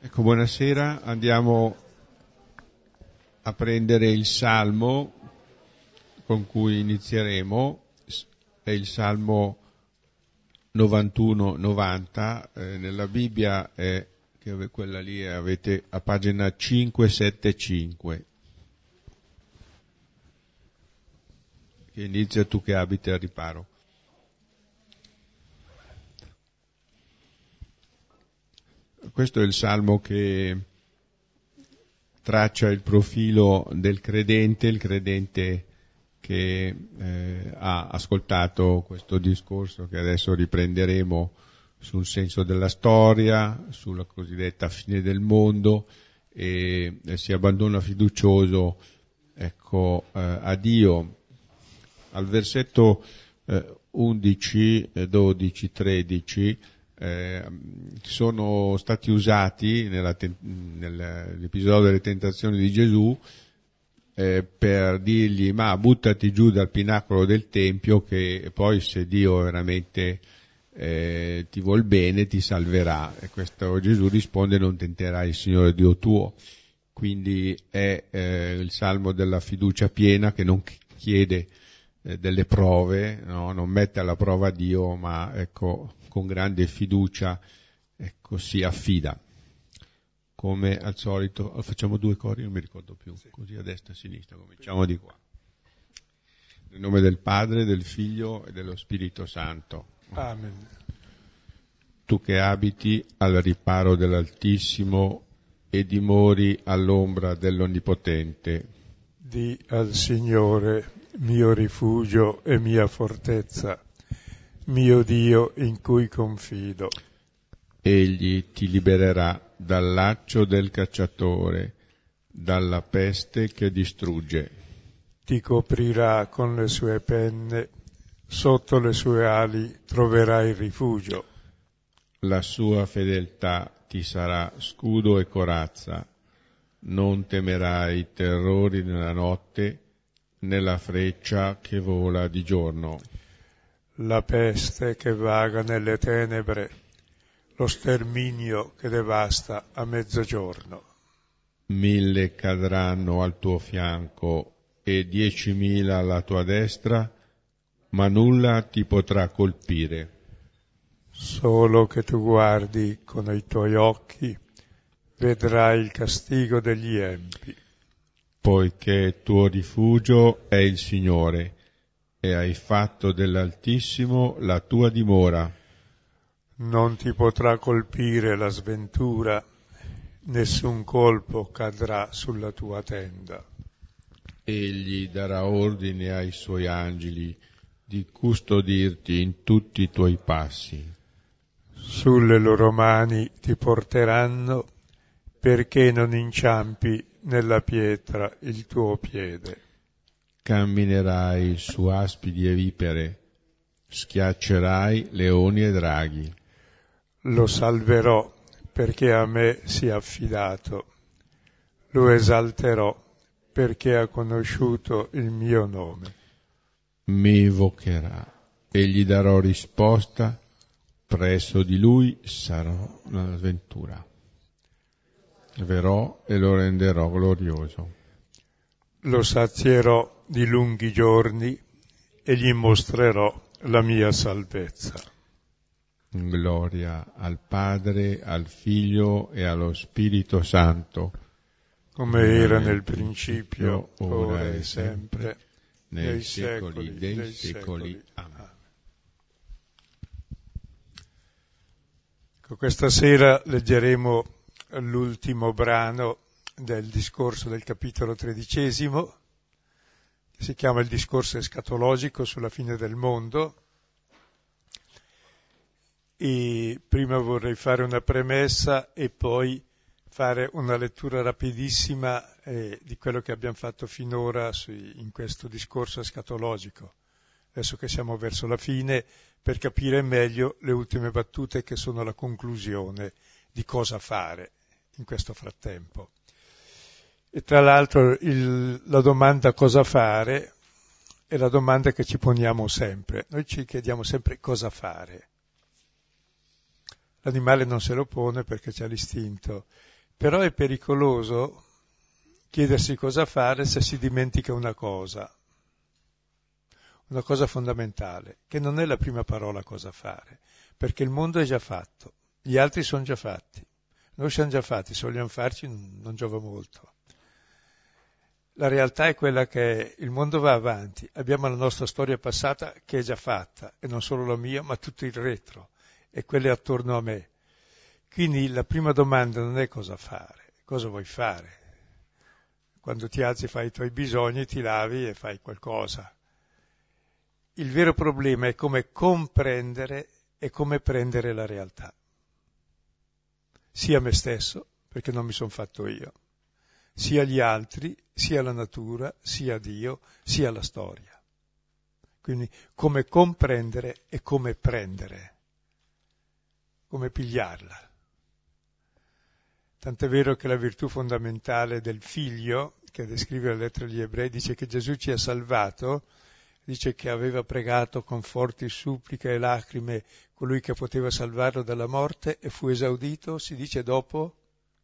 Ecco, buonasera, andiamo a prendere il Salmo con cui inizieremo, è il Salmo 91-90, nella Bibbia è, che quella lì avete a pagina 575, che inizia tu che abiti al riparo. Questo è il Salmo che traccia il profilo del credente, il credente che ha ascoltato questo discorso che adesso riprenderemo sul senso della storia, sulla cosiddetta fine del mondo e si abbandona fiducioso, a Dio. Al versetto 11, 12, 13 sono stati usati nell'episodio delle tentazioni di Gesù per dirgli: ma buttati giù dal pinacolo del Tempio, che poi se Dio veramente ti vuol bene ti salverà. E questo Gesù risponde: non tenterai il Signore Dio tuo. Quindi è il salmo della fiducia piena, che non chiede delle prove, no? Non mette alla prova Dio, ma con grande fiducia si affida. Come al solito, facciamo due cori, non mi ricordo più, così a destra e a sinistra, cominciamo di qua. Nel nome del Padre, del Figlio e dello Spirito Santo. Amen. Tu che abiti al riparo dell'Altissimo e dimori all'ombra dell'Onnipotente. Di al Signore, mio rifugio e mia fortezza, mio Dio in cui confido. Egli ti libererà dal laccio del cacciatore, dalla peste che distrugge. Ti coprirà con le sue penne, sotto le sue ali troverai rifugio. La sua fedeltà ti sarà scudo e corazza. Non temerai terrori nella notte, né la freccia che vola di giorno. La peste che vaga nelle tenebre, lo sterminio che devasta a mezzogiorno. 1000 cadranno al tuo fianco e 10.000 alla tua destra, ma nulla ti potrà colpire. Solo che tu guardi con i tuoi occhi, vedrai il castigo degli empi. Poiché tuo rifugio è il Signore, e hai fatto dell'Altissimo la tua dimora. Non ti potrà colpire la sventura, nessun colpo cadrà sulla tua tenda. Egli darà ordine ai suoi angeli di custodirti in tutti i tuoi passi. Sulle loro mani ti porteranno, perché non inciampi nella pietra il tuo piede. Camminerai su aspidi e vipere, schiaccerai leoni e draghi. Lo salverò, perché a me si è affidato. Lo esalterò, perché ha conosciuto il mio nome. Mi invocherà e gli darò risposta, presso di lui sarò una sventura. Verrò e lo renderò glorioso. Lo sazierò di lunghi giorni e gli mostrerò la mia salvezza. Gloria al Padre, al Figlio e allo Spirito Santo, come era nel principio, ora e sempre, nei secoli dei secoli. Amen. Questa sera leggeremo l'ultimo brano del discorso del capitolo 13, che si chiama il discorso escatologico sulla fine del mondo. E prima vorrei fare una premessa e poi fare una lettura rapidissima di quello che abbiamo fatto finora in questo discorso escatologico, adesso che siamo verso la fine, per capire meglio le ultime battute che sono la conclusione di cosa fare in questo frattempo. E tra l'altro la domanda cosa fare è la domanda che ci poniamo sempre. Noi ci chiediamo sempre cosa fare. L'animale non se lo pone perché c'ha l'istinto. Però è pericoloso chiedersi cosa fare se si dimentica una cosa fondamentale, che non è la prima parola cosa fare, perché il mondo è già fatto, gli altri sono già fatti, noi siamo già fatti, se vogliamo farci non giova molto. La realtà è quella che il mondo va avanti, abbiamo la nostra storia passata che è già fatta, e non solo la mia, ma tutto il retro, e quelle attorno a me. Quindi la prima domanda non è cosa fare, cosa vuoi fare. Quando ti alzi fai i tuoi bisogni, ti lavi e fai qualcosa. Il vero problema è come comprendere e come prendere la realtà. Sia me stesso, perché non mi sono fatto io, sia gli altri, sia la natura, sia Dio, sia la storia. Quindi come comprendere e come prendere, come pigliarla. Tant'è vero che la virtù fondamentale del figlio, che descrive la lettera agli ebrei, dice che Gesù ci ha salvato, dice che aveva pregato con forti suppliche e lacrime colui che poteva salvarlo dalla morte e fu esaudito, si dice dopo,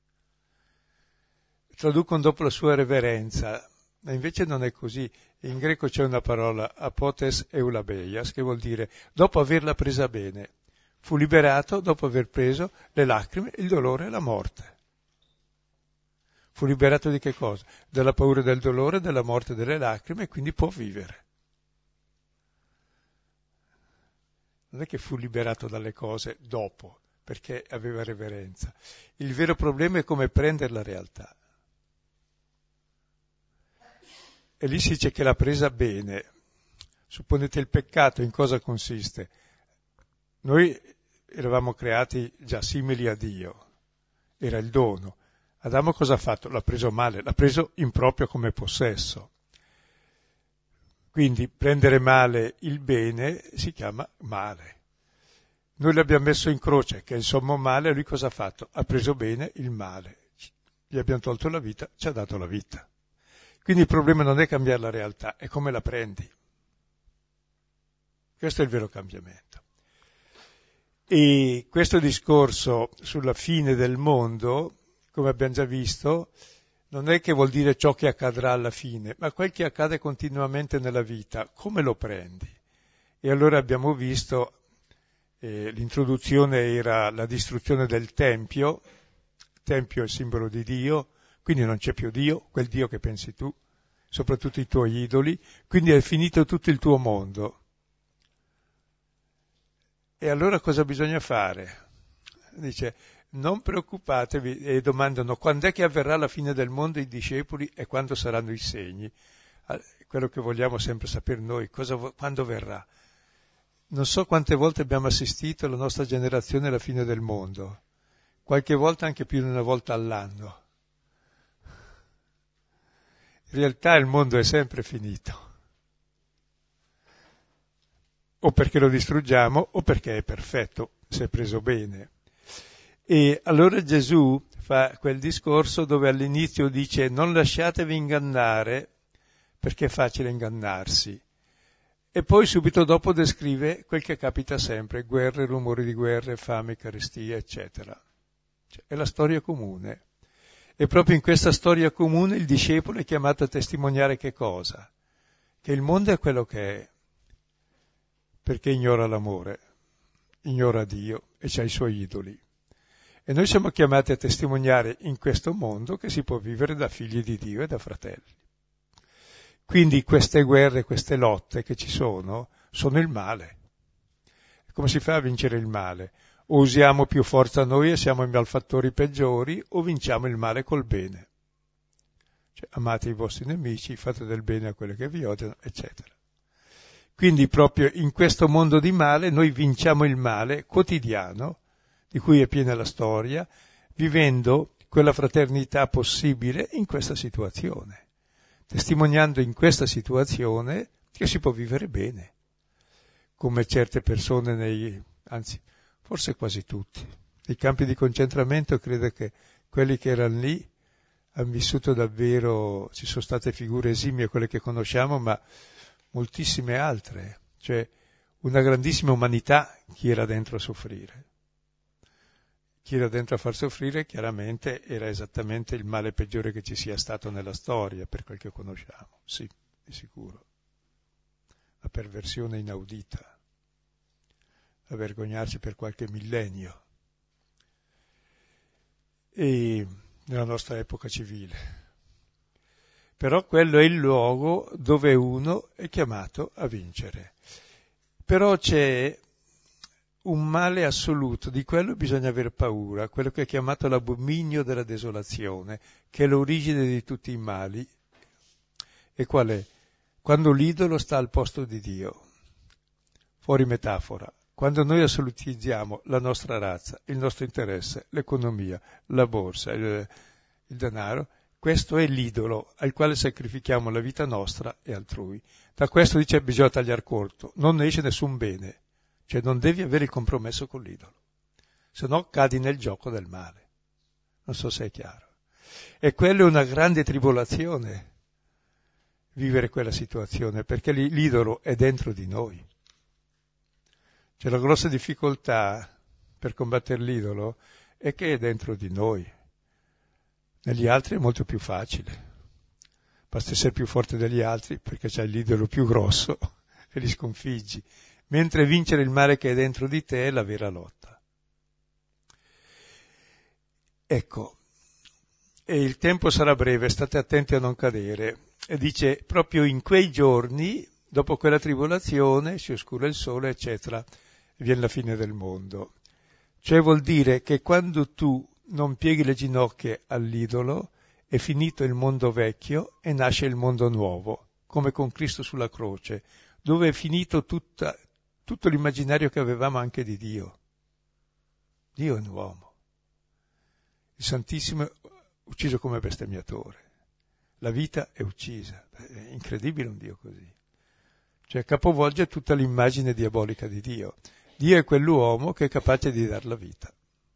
traducono dopo la sua reverenza, ma invece non è così. In greco c'è una parola, apotes eulabeias, che vuol dire dopo averla presa bene. Fu liberato dopo aver preso le lacrime, il dolore e la morte. Fu liberato di che cosa? Dalla paura del dolore, della morte, delle lacrime, e quindi può vivere. Non è che fu liberato dalle cose dopo, perché aveva reverenza. Il vero problema è come prendere la realtà. E lì si dice che l'ha presa bene. Supponete il peccato in cosa consiste? Noi eravamo creati già simili a Dio, era il dono. Adamo cosa ha fatto? L'ha preso male, l'ha preso in proprio come possesso. Quindi prendere male il bene si chiama male. Noi l'abbiamo messo in croce, che è il sommo male, e lui cosa ha fatto? Ha preso bene il male. Gli abbiamo tolto la vita, ci ha dato la vita. Quindi il problema non è cambiare la realtà, è come la prendi. Questo è il vero cambiamento. E questo discorso sulla fine del mondo, come abbiamo già visto, non è che vuol dire ciò che accadrà alla fine, ma quel che accade continuamente nella vita, come lo prendi? E allora abbiamo visto, l'introduzione era la distruzione del Tempio, il Tempio è il simbolo di Dio, quindi non c'è più Dio, quel Dio che pensi tu, soprattutto i tuoi idoli, quindi è finito tutto il tuo mondo. E allora cosa bisogna fare? Dice, non preoccupatevi, e domandano quando è che avverrà la fine del mondo, i discepoli, e quando saranno i segni. Quello che vogliamo sempre sapere noi, quando verrà. Non so quante volte abbiamo assistito la nostra generazione alla fine del mondo, qualche volta anche più di una volta all'anno. In realtà il mondo è sempre finito. O perché lo distruggiamo o perché è perfetto, se è preso bene. E allora Gesù fa quel discorso dove all'inizio dice non lasciatevi ingannare perché è facile ingannarsi. E poi subito dopo descrive quel che capita sempre, guerre, rumori di guerre, fame, carestia, eccetera. Cioè, è la storia comune. E proprio in questa storia comune il discepolo è chiamato a testimoniare che cosa? Che il mondo è quello che è, perché ignora l'amore, ignora Dio e c'ha i suoi idoli. E noi siamo chiamati a testimoniare in questo mondo che si può vivere da figli di Dio e da fratelli. Quindi queste guerre, queste lotte che ci sono il male. Come si fa a vincere il male? O usiamo più forza noi e siamo i malfattori peggiori, o vinciamo il male col bene. Cioè, amate i vostri nemici, fate del bene a quelli che vi odiano, eccetera. Quindi proprio in questo mondo di male noi vinciamo il male quotidiano, di cui è piena la storia, vivendo quella fraternità possibile in questa situazione, testimoniando in questa situazione che si può vivere bene, come certe persone anzi, forse quasi tutti, nei campi di concentramento credo che quelli che erano lì hanno vissuto davvero, ci sono state figure esimie, quelle che conosciamo, ma moltissime altre, cioè una grandissima umanità chi era dentro a soffrire. chi era dentro a far soffrire chiaramente era esattamente il male peggiore che ci sia stato nella storia, per quel che conosciamo, sì, di sicuro. La perversione inaudita, a vergognarci per qualche millennio, e nella nostra epoca civile. Però quello è il luogo dove uno è chiamato a vincere. Però c'è un male assoluto, di quello bisogna aver paura, quello che è chiamato l'abominio della desolazione, che è l'origine di tutti i mali. E qual è? Quando l'idolo sta al posto di Dio. Fuori metafora. Quando noi assolutizziamo la nostra razza, il nostro interesse, l'economia, la borsa, il denaro, questo è l'idolo al quale sacrifichiamo la vita nostra e altrui. Da questo dice bisogna tagliar corto, non ne esce nessun bene, cioè non devi avere il compromesso con l'idolo, se no cadi nel gioco del male. Non so se è chiaro. E quella è una grande tribolazione, vivere quella situazione, perché l'idolo è dentro di noi. Cioè la grossa difficoltà per combattere l'idolo è che è dentro di noi. Negli altri è molto più facile. Basta essere più forte degli altri perché c'è l'idolo più grosso e li sconfiggi. Mentre vincere il male che è dentro di te è la vera lotta. Ecco, e il tempo sarà breve, state attenti a non cadere. E dice, proprio in quei giorni, dopo quella tribolazione, si oscura il sole, eccetera, viene la fine del mondo. Cioè vuol dire che quando tu non pieghi le ginocchia all'idolo, è finito il mondo vecchio e nasce il mondo nuovo, come con Cristo sulla croce, dove è finito tutto l'immaginario che avevamo anche di Dio. Dio è un uomo. Il Santissimo è ucciso come bestemmiatore. La vita è uccisa. È incredibile un Dio così. Cioè capovolge tutta l'immagine diabolica di Dio. Dio è quell'uomo che è capace di dar la vita.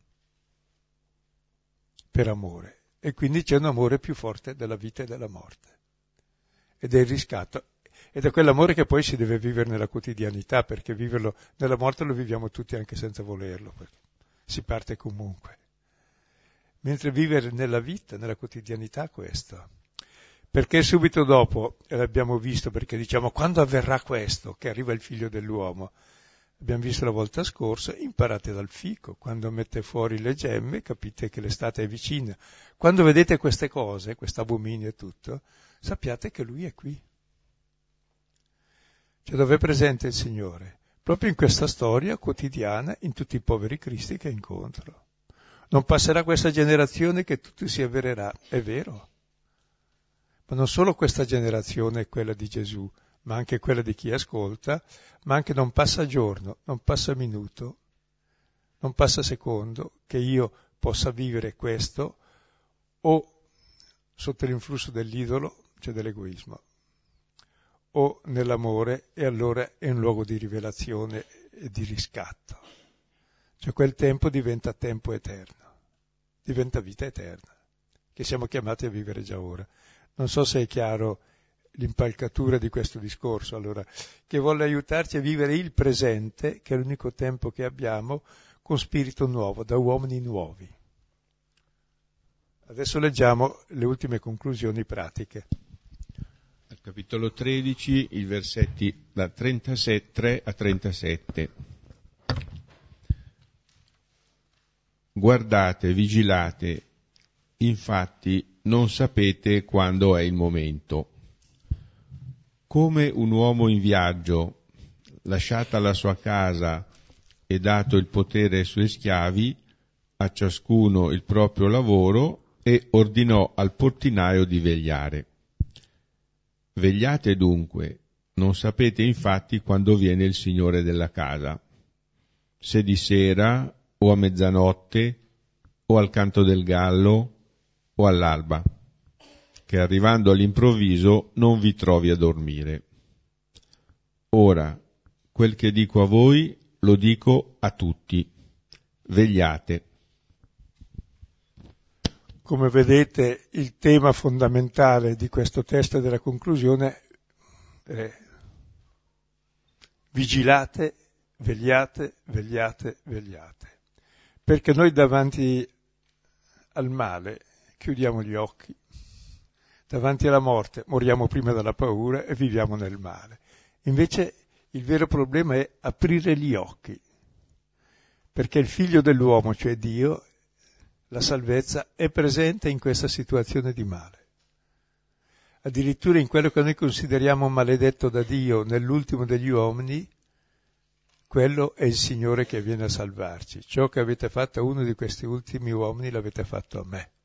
Per amore. E quindi c'è un amore più forte della vita e della morte. Ed è il riscatto. Ed è quell'amore che poi si deve vivere nella quotidianità, perché viverlo nella morte lo viviamo tutti anche senza volerlo, perché si parte comunque. Mentre vivere nella vita, nella quotidianità, questo. Perché subito dopo, e l'abbiamo visto, perché diciamo, quando avverrà questo, che arriva il figlio dell'uomo? Abbiamo visto la volta scorsa, imparate dal fico, quando mette fuori le gemme capite che l'estate è vicina. Quando vedete queste cose, quest'abominio e tutto, sappiate che lui è qui. Cioè dove è presente il Signore? Proprio in questa storia quotidiana, in tutti i poveri cristi che incontro. Non passerà questa generazione che tutto si avvererà, è vero. Ma non solo questa generazione è quella di Gesù, ma anche quella di chi ascolta, ma anche non passa giorno, non passa minuto, non passa secondo che io possa vivere questo o sotto l'influsso dell'idolo, cioè dell'egoismo, o nell'amore, e allora è un luogo di rivelazione e di riscatto. Cioè quel tempo diventa tempo eterno, diventa vita eterna, che siamo chiamati a vivere già ora. Non so se è chiaro l'impalcatura di questo discorso, allora, che vuole aiutarci a vivere il presente, che è l'unico tempo che abbiamo, con spirito nuovo, da uomini nuovi. Adesso leggiamo le ultime conclusioni pratiche. Al capitolo 13, i versetti da 33 a 37. Guardate, vigilate, infatti non sapete quando è il momento. Come un uomo in viaggio, lasciata la sua casa e dato il potere ai suoi schiavi, a ciascuno il proprio lavoro, e ordinò al portinaio di vegliare. Vegliate dunque, non sapete infatti quando viene il Signore della casa, se di sera o a mezzanotte o al canto del gallo o all'alba, che arrivando all'improvviso non vi trovi a dormire. Ora, quel che dico a voi lo dico a tutti, vegliate. Come vedete, il tema fondamentale di questo testo e della conclusione è vigilate, vegliate, vegliate, vegliate. Perché noi davanti al male chiudiamo gli occhi, davanti alla morte moriamo prima dalla paura e viviamo nel male. Invece il vero problema è aprire gli occhi, perché il figlio dell'uomo, cioè Dio, la salvezza, è presente in questa situazione di male. Addirittura in quello che noi consideriamo maledetto da Dio, nell'ultimo degli uomini, quello è il Signore che viene a salvarci. Ciò che avete fatto a uno di questi ultimi uomini l'avete fatto a me.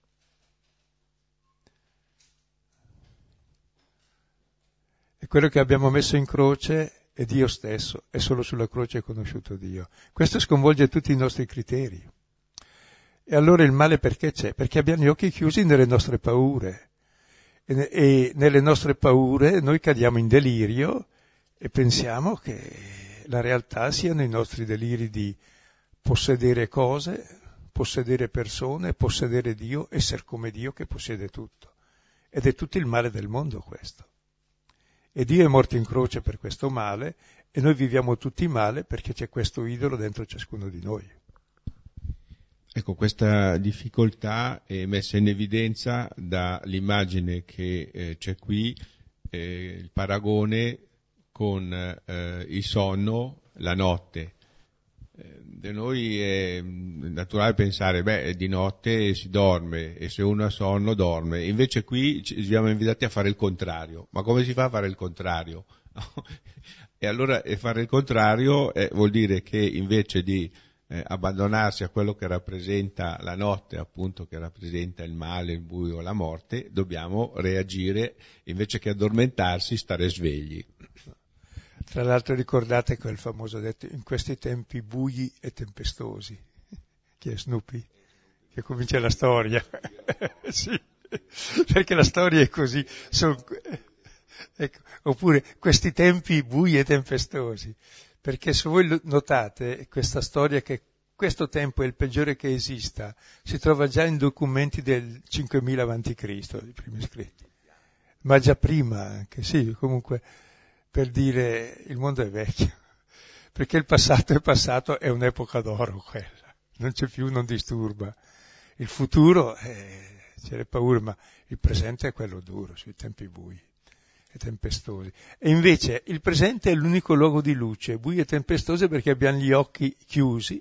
E quello che abbiamo messo in croce è Dio stesso, e solo sulla croce è conosciuto Dio. Questo sconvolge tutti i nostri criteri. E allora il male perché c'è? Perché abbiamo gli occhi chiusi nelle nostre paure. E nelle nostre paure noi cadiamo in delirio e pensiamo che la realtà siano i nostri deliri di possedere cose, possedere persone, possedere Dio, essere come Dio che possiede tutto. Ed è tutto il male del mondo questo. E Dio è morto in croce per questo male e noi viviamo tutti male perché c'è questo idolo dentro ciascuno di noi. Ecco, questa difficoltà è messa in evidenza dall'immagine che c'è qui, il paragone con il sonno, la notte. Da noi è naturale pensare, di notte si dorme e se uno ha sonno dorme. Invece qui ci siamo invitati a fare il contrario. Ma come si fa a fare il contrario? E allora fare il contrario vuol dire che invece di abbandonarsi a quello che rappresenta la notte, appunto, che rappresenta il male, il buio, la morte, dobbiamo reagire, invece che addormentarsi, stare svegli. Tra l'altro ricordate quel famoso detto, in questi tempi bui e tempestosi, che è Snoopy, che comincia la storia. Sì, perché la storia è così. Ecco. Oppure questi tempi bui e tempestosi. Perché se voi notate questa storia che questo tempo è il peggiore che esista, si trova già in documenti del 5000 a.C., i primi scritti. Ma già prima anche, sì, comunque per dire il mondo è vecchio. Perché il passato è passato, è un'epoca d'oro quella. Non c'è più, non disturba. Il futuro, c'è le paure, ma il presente è quello duro, sui tempi bui e tempestosi. E invece il presente è l'unico luogo di luce, buio e tempestoso, perché abbiamo gli occhi chiusi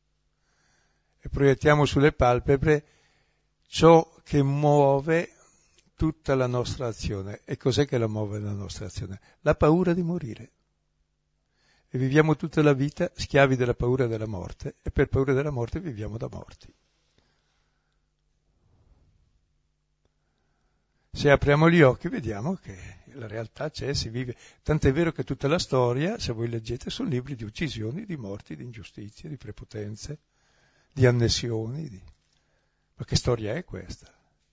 e proiettiamo sulle palpebre ciò che muove tutta la nostra azione. E cos'è che la muove la nostra azione? La paura di morire. E viviamo tutta la vita schiavi della paura della morte, e per paura della morte viviamo da morti. Se apriamo gli occhi vediamo che la realtà c'è, si vive. Tant'è vero che tutta la storia, se voi leggete, sono libri di uccisioni, di morti, di ingiustizie, di prepotenze, di annessioni. Ma che storia è questa?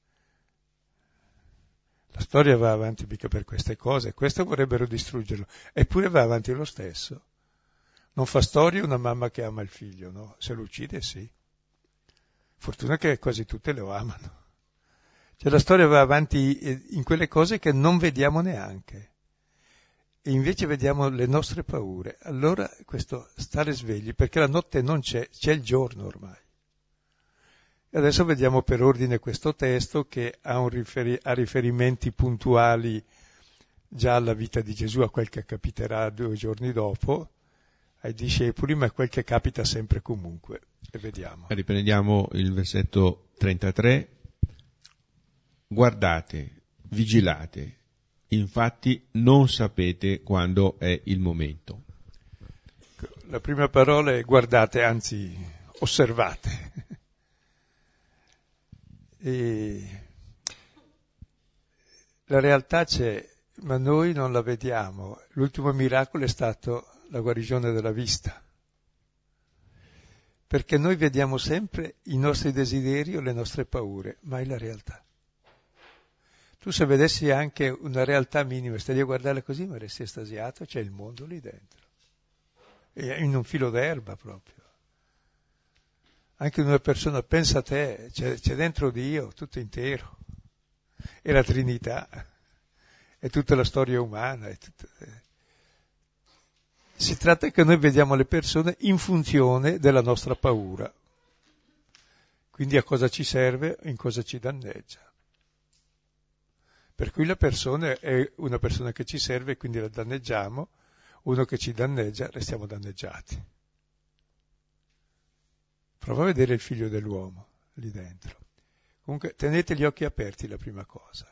La storia va avanti mica per queste cose, questo vorrebbero distruggerlo, eppure va avanti lo stesso. Non fa storia una mamma che ama il figlio, no? Se lo uccide, sì. Fortuna che quasi tutte lo amano. Cioè la storia va avanti in quelle cose che non vediamo neanche. E invece vediamo le nostre paure. Allora questo stare svegli, perché la notte non c'è, c'è il giorno ormai. E adesso vediamo per ordine questo testo che ha riferimenti puntuali già alla vita di Gesù, a quel che capiterà 2 giorni dopo, ai discepoli, ma quel che capita sempre comunque. E vediamo. Riprendiamo il versetto 33. Guardate, vigilate, infatti non sapete quando è il momento. La prima parola è guardate, anzi osservate. E la realtà c'è, ma noi non la vediamo. L'ultimo miracolo è stato la guarigione della vista. Perché noi vediamo sempre i nostri desideri o le nostre paure, mai la realtà. Tu se vedessi anche una realtà minima, stai a guardarla così, ma resti estasiato, c'è il mondo lì dentro. E in un filo d'erba proprio. Anche una persona, pensa a te, c'è dentro Dio, tutto intero. E la Trinità, è tutta la storia umana. Si tratta che noi vediamo le persone in funzione della nostra paura. Quindi a cosa ci serve e in cosa ci danneggia. Per cui la persona è una persona che ci serve e quindi la danneggiamo, uno che ci danneggia, restiamo danneggiati. Prova a vedere il figlio dell'uomo lì dentro. Comunque tenete gli occhi aperti, la prima cosa.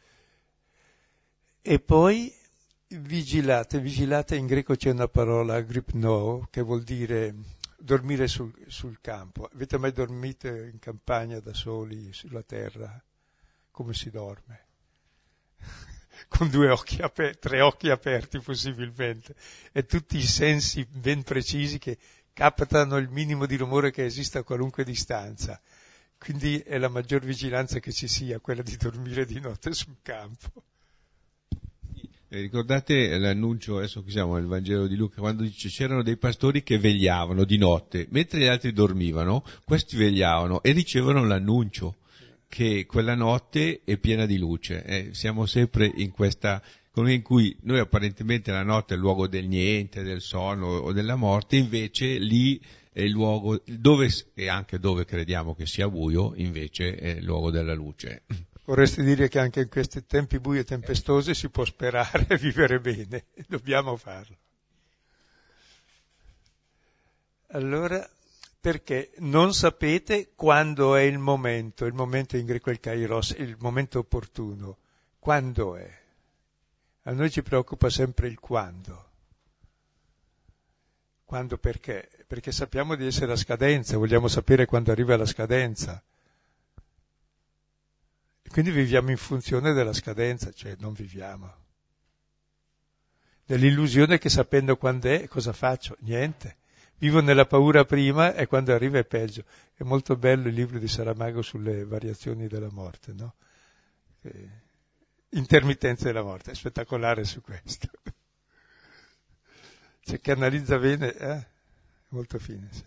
E poi vigilate, in greco c'è una parola, agrypno, che vuol dire dormire sul campo. Avete mai dormito in campagna da soli, sulla terra? Come si dorme? Con 2 occhi aperti, 3 occhi aperti possibilmente, e tutti i sensi ben precisi che captano il minimo di rumore che esista a qualunque distanza. Quindi è la maggior vigilanza che ci sia, quella di dormire di notte sul campo. Ricordate l'annuncio, adesso qui siamo nel Vangelo di Luca, quando dice c'erano dei pastori che vegliavano di notte, mentre gli altri dormivano, questi vegliavano e ricevono l'annuncio che quella notte è piena di luce. Siamo sempre in questa, come in cui noi apparentemente la notte è il luogo del niente, del sonno o della morte, invece lì è il luogo dove, e anche dove crediamo che sia buio, invece è il luogo della luce. Vorresti dire che anche in questi tempi bui e tempestosi si può sperare e vivere bene, dobbiamo farlo. Allora, perché non sapete quando è il momento in greco è il kairos, il momento opportuno, quando è? A noi ci preoccupa sempre il quando. Quando perché? Perché sappiamo di essere a scadenza, vogliamo sapere quando arriva la scadenza. Quindi viviamo in funzione della scadenza, cioè non viviamo. Nell'illusione che sapendo quando è, cosa faccio? Niente. Vivo nella paura prima e quando arriva è peggio. È molto bello il libro di Saramago sulle variazioni della morte, no? Intermittenza della morte, è spettacolare su questo. Cioè che analizza bene, è molto fine, sì.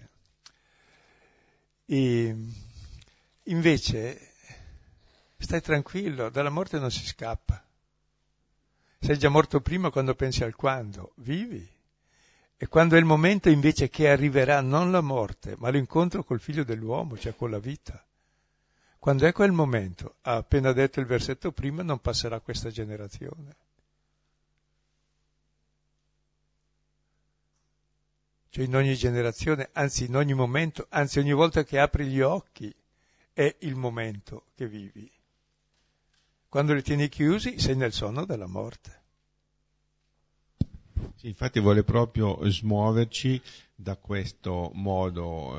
E invece stai tranquillo, dalla morte non si scappa. Sei già morto prima quando pensi al quando, vivi. E quando è il momento invece che arriverà non la morte, ma l'incontro col figlio dell'uomo, cioè con la vita. Quando è quel momento, ha appena detto il versetto prima, non passerà questa generazione. Cioè in ogni generazione, anzi in ogni momento, anzi ogni volta che apri gli occhi, è il momento che vivi. Quando li tieni chiusi sei nel sonno della morte. Sì, infatti vuole proprio smuoverci da questo modo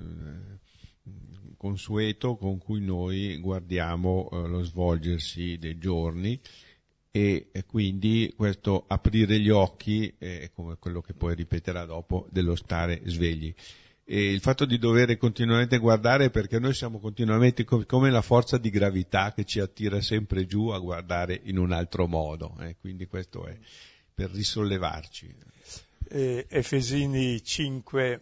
consueto con cui noi guardiamo lo svolgersi dei giorni e quindi questo aprire gli occhi è come quello che poi ripeterà dopo dello stare svegli. E il fatto di dover continuamente guardare perché noi siamo continuamente come la forza di gravità che ci attira sempre giù a guardare in un altro modo, quindi questo è per risollevarci. Efesini 5,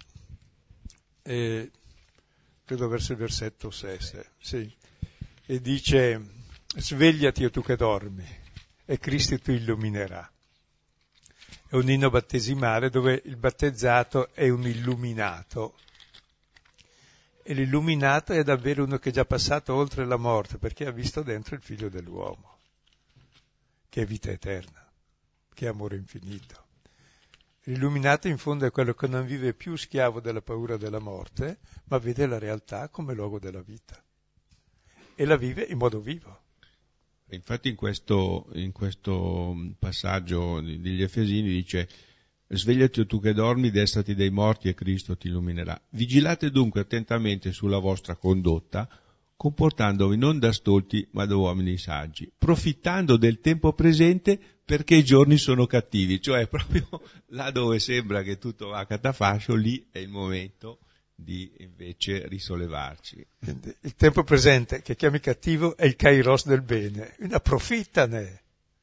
credo verso il versetto 6, sì, e dice: svegliati o tu che dormi, e Cristo ti illuminerà. È un inno battesimale dove il battezzato è un illuminato. E l'illuminato è davvero uno che è già passato oltre la morte, perché ha visto dentro il figlio dell'uomo, che è vita eterna, che è amore infinito. L'illuminato in fondo è quello che non vive più schiavo della paura della morte, ma vede la realtà come luogo della vita. E la vive in modo vivo. Infatti in questo passaggio degli Efesini dice: svegliati o tu che dormi, destati dai morti e Cristo ti illuminerà. Vigilate dunque attentamente sulla vostra condotta, comportandovi non da stolti ma da uomini saggi, profittando del tempo presente perché i giorni sono cattivi. Cioè proprio là dove sembra che tutto va a catafascio, lì è il momento di invece risollevarci. Il tempo presente che chiami cattivo è il kairos del bene, approfittane.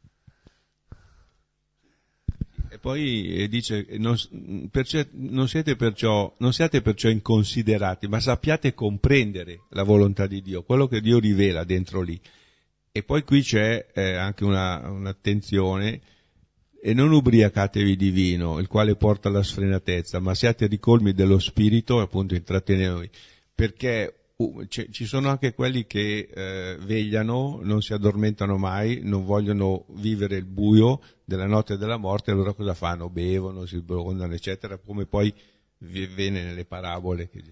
E poi dice: non siate perciò inconsiderati, ma sappiate comprendere la volontà di Dio, quello che Dio rivela dentro lì. E poi qui c'è anche un'attenzione: e non ubriacatevi di vino, il quale porta alla sfrenatezza, ma siate ricolmi dello spirito, appunto intrattenetevi, perché ci sono anche quelli che vegliano, non si addormentano mai, non vogliono vivere il buio della notte della morte, allora cosa fanno? Bevono, si sbrondano, eccetera, come poi viene nelle parabole che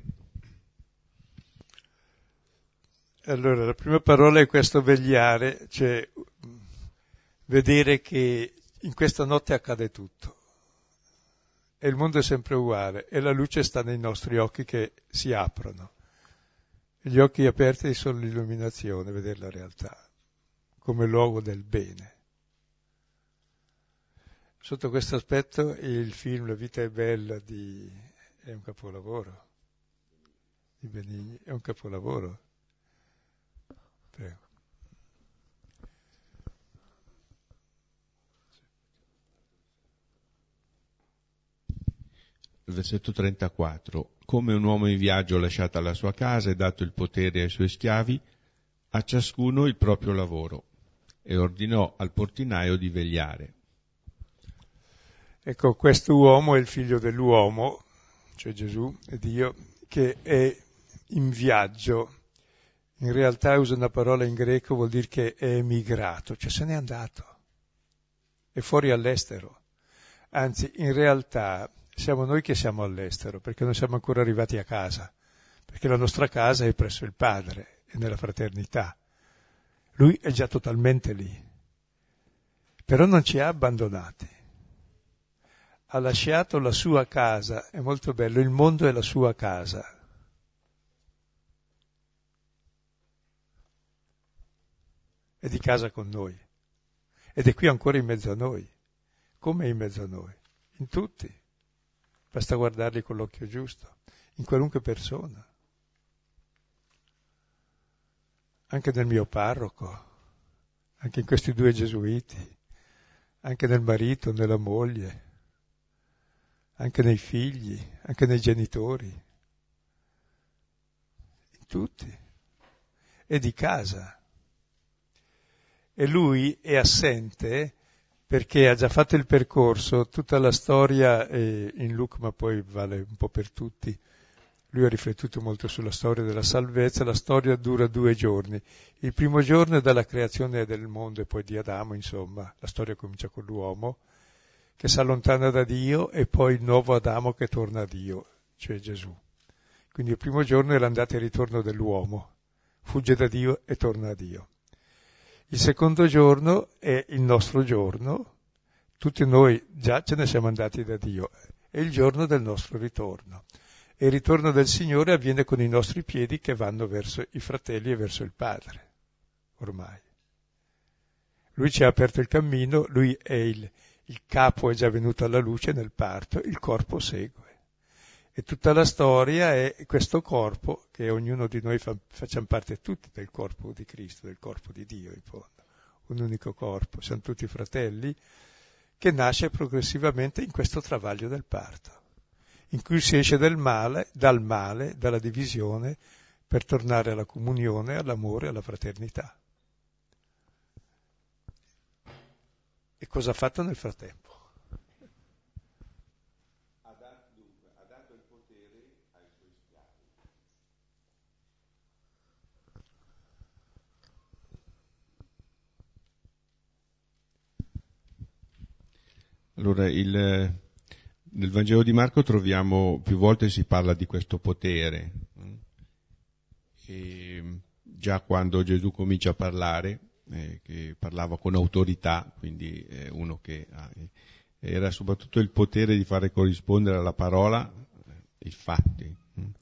Allora, la prima parola è questo vegliare, cioè vedere che in questa notte accade tutto. E il mondo è sempre uguale, e la luce sta nei nostri occhi che si aprono. E gli occhi aperti sono l'illuminazione, vedere la realtà, come luogo del bene. Sotto questo aspetto il film La vita è bella è un capolavoro, di Benigni, è un capolavoro. Prego. Il versetto 34. Come un uomo in viaggio lasciata la sua casa e dato il potere ai suoi schiavi, a ciascuno il proprio lavoro, e ordinò al portinaio di vegliare. Ecco, questo uomo è il figlio dell'uomo, cioè Gesù e Dio, che è in viaggio. In realtà usa una parola in greco, vuol dire che è emigrato, cioè se n'è andato, è fuori all'estero. Anzi, in realtà siamo noi che siamo all'estero, perché non siamo ancora arrivati a casa, perché la nostra casa è presso il Padre, è nella fraternità. Lui è già totalmente lì, però non ci ha abbandonati. Ha lasciato la sua casa, è molto bello, il mondo è la sua casa. È di casa con noi, ed è qui ancora in mezzo a noi. Come in mezzo a noi? In tutti. Basta guardarli con l'occhio giusto, in qualunque persona. Anche nel mio parroco, anche in questi 2 gesuiti, anche nel marito, nella moglie, anche nei figli, anche nei genitori, in tutti. È di casa. E lui è assente perché ha già fatto il percorso, tutta la storia in Luca, ma poi vale un po' per tutti. Lui ha riflettuto molto sulla storia della salvezza, la storia dura 2 giorni. Il primo giorno è dalla creazione del mondo e poi di Adamo, insomma, la storia comincia con l'uomo, che si allontana da Dio, e poi il nuovo Adamo che torna a Dio, cioè Gesù. Quindi il primo giorno è l'andata e ritorno dell'uomo, fugge da Dio e torna a Dio. Il secondo giorno è il nostro giorno, tutti noi già ce ne siamo andati da Dio, è il giorno del nostro ritorno. E il ritorno del Signore avviene con i nostri piedi che vanno verso i fratelli e verso il Padre, ormai. Lui ci ha aperto il cammino, lui è il capo, è già venuto alla luce nel parto, il corpo segue. E tutta la storia è questo corpo, che ognuno di noi facciamo parte tutti del corpo di Cristo, del corpo di Dio in fondo, un unico corpo, siamo tutti fratelli, che nasce progressivamente in questo travaglio del parto, in cui si esce dal male, dalla divisione, per tornare alla comunione, all'amore, alla fraternità. E cosa ha fatto nel frattempo? Ha dato il potere ai suoi schiavi. Allora, nel Vangelo di Marco troviamo, più volte si parla di questo potere. E già quando Gesù comincia a parlare, che parlava con autorità, quindi uno che era soprattutto il potere di fare corrispondere alla parola i fatti.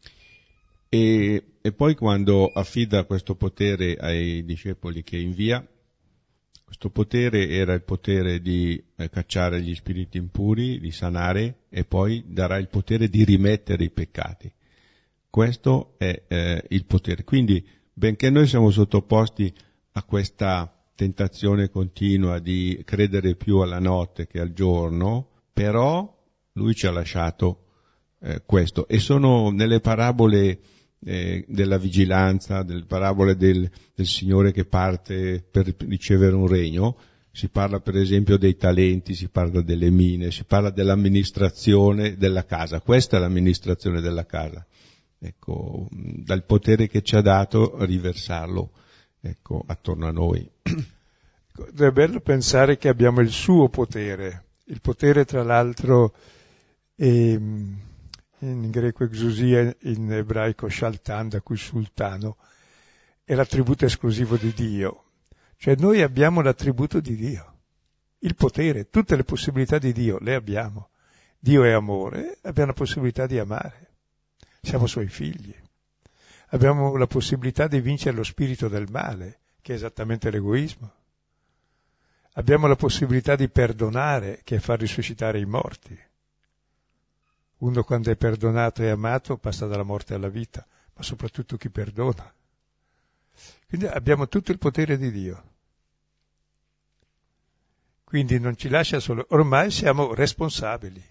E poi quando affida questo potere ai discepoli che invia, questo potere era il potere di cacciare gli spiriti impuri, di sanare, e poi darà il potere di rimettere i peccati. Questo è il potere. Quindi, benché noi siamo sottoposti a questa tentazione continua di credere più alla notte che al giorno, però lui ci ha lasciato questo. E sono nelle parabole della vigilanza, delle parabole del Signore che parte per ricevere un regno, si parla per esempio dei talenti, si parla delle mine, si parla dell'amministrazione della casa. Questa è l'amministrazione della casa. ecco, dal potere che ci ha dato riversarlo, ecco, attorno a noi. È bello pensare che abbiamo il suo potere. Il potere, tra l'altro, in greco exousia, in ebraico shaltan, da cui sultano, è l'attributo esclusivo di Dio. Cioè noi abbiamo l'attributo di Dio, il potere, tutte le possibilità di Dio le abbiamo. Dio è amore, abbiamo la possibilità di amare. Siamo suoi figli. Abbiamo la possibilità di vincere lo spirito del male, che è esattamente l'egoismo. Abbiamo la possibilità di perdonare, che è far risuscitare i morti. Uno quando è perdonato e amato passa dalla morte alla vita, ma soprattutto chi perdona. Quindi abbiamo tutto il potere di Dio. Quindi non ci lascia solo, ormai siamo responsabili.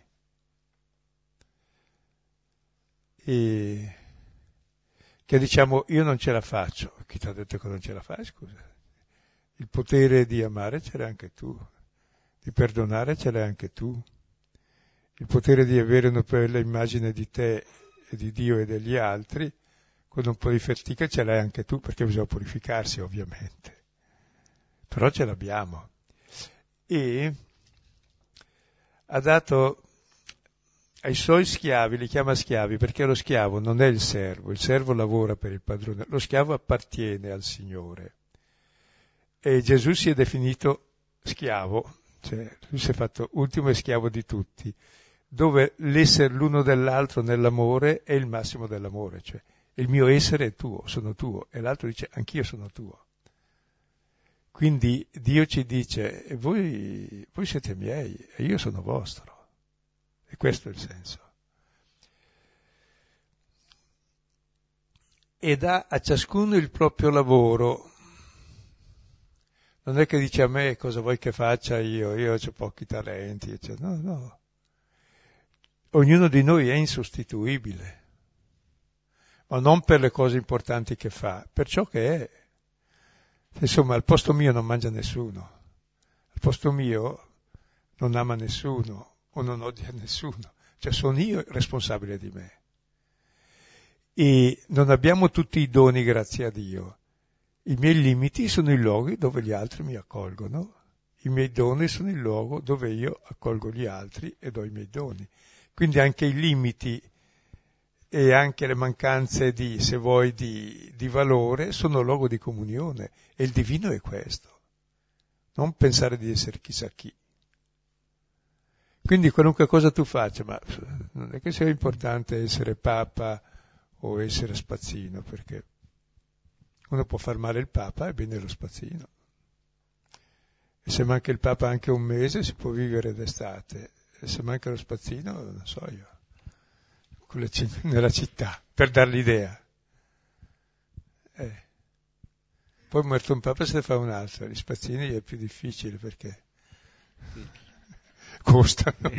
E che diciamo io non ce la faccio, chi ti ha detto che non ce la fai, scusa? Il potere di amare ce l'hai anche tu, di perdonare ce l'hai anche tu, il potere di avere una bella immagine di te e di Dio e degli altri, con un po' di fatica ce l'hai anche tu, perché bisogna purificarsi ovviamente, però ce l'abbiamo. E ha dato ai suoi schiavi, li chiama schiavi perché lo schiavo non è il servo lavora per il padrone, lo schiavo appartiene al Signore. E Gesù si è definito schiavo, cioè lui si è fatto ultimo e schiavo di tutti, dove l'essere l'uno dell'altro nell'amore è il massimo dell'amore, cioè il mio essere è tuo, sono tuo, e l'altro dice anch'io sono tuo. Quindi Dio ci dice, voi siete miei e io sono vostro. E questo è il senso. E dà a ciascuno il proprio lavoro. Non è che dice a me cosa vuoi che faccia io ho pochi talenti, eccetera. No. Ognuno di noi è insostituibile, ma non per le cose importanti che fa, per ciò che è. Insomma, al posto mio non mangia nessuno, al posto mio non ama nessuno o non odia nessuno, cioè sono io responsabile di me. E non abbiamo tutti i doni grazie a Dio. I miei limiti sono i luoghi dove gli altri mi accolgono, i miei doni sono il luogo dove io accolgo gli altri e do i miei doni. Quindi anche i limiti e anche le mancanze di, se vuoi, di valore sono luogo di comunione. E il divino è questo. Non pensare di essere chissà chi. Quindi qualunque cosa tu faccia, ma non è che sia importante essere papa o essere spazzino, perché uno può far male il papa e bene lo spazzino. E se manca il papa anche un mese si può vivere d'estate. E se manca lo spazzino, non so io, nella città, per dar l'idea. Poi morto un papa se ne fa un altro, gli spazzini è più difficile perché costano.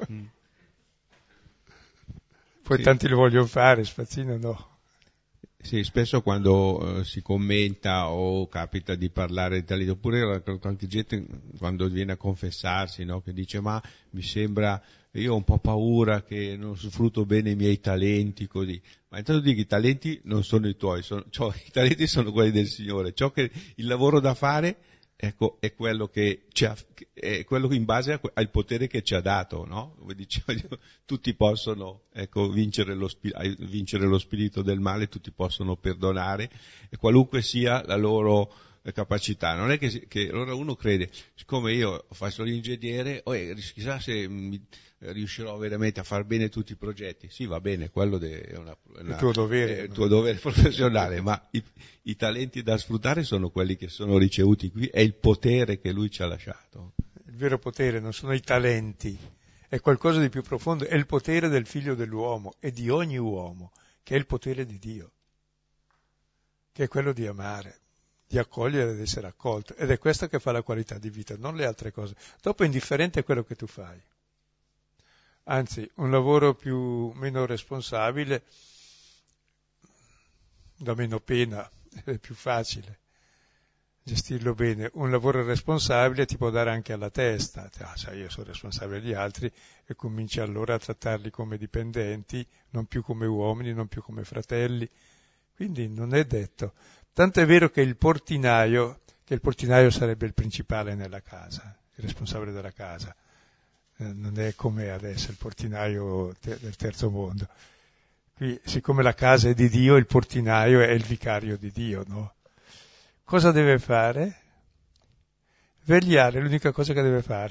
Poi tanti lo vogliono fare, spazzino no. Sì, spesso quando si commenta o capita di parlare di talenti, oppure tanta gente quando viene a confessarsi, no, che dice ma mi sembra, io ho un po' paura che non sfrutto bene i miei talenti, così. Ma intanto dico, i talenti non sono i tuoi, i talenti sono quelli del Signore. Ciò che il lavoro da fare, ecco, è quello che è quello in base al potere che ci ha dato, no? Come dicevo io, tutti possono, ecco, vincere lo spirito del male, tutti possono perdonare, e qualunque sia la loro capacità. Non è che allora uno crede, siccome io faccio l'ingegnere, chissà se riuscirò veramente a far bene tutti i progetti. Sì, va bene, quello è il tuo dovere, il tuo dovere professionale, ma i talenti da sfruttare sono quelli che sono ricevuti qui, è il potere che lui ci ha lasciato. Il vero potere non sono i talenti, è qualcosa di più profondo, è il potere del figlio dell'uomo e di ogni uomo, che è il potere di Dio, che è quello di amare, di accogliere ed essere accolto. Ed è questo che fa la qualità di vita, non le altre cose. Dopo è indifferente quello che tu fai. Anzi, un lavoro meno responsabile dà meno pena, è più facile. gestirlo bene. Un lavoro responsabile ti può dare anche alla testa, sai, io sono responsabile degli altri, e cominci allora a trattarli come dipendenti, non più come uomini, non più come fratelli. Quindi non è detto. Tanto è vero che il portinaio sarebbe il principale nella casa, il responsabile della casa. Non è come adesso il portinaio del terzo mondo. Qui, siccome la casa è di Dio, il portinaio è il vicario di Dio, no? Cosa deve fare? Vegliare, è l'unica cosa che deve fare.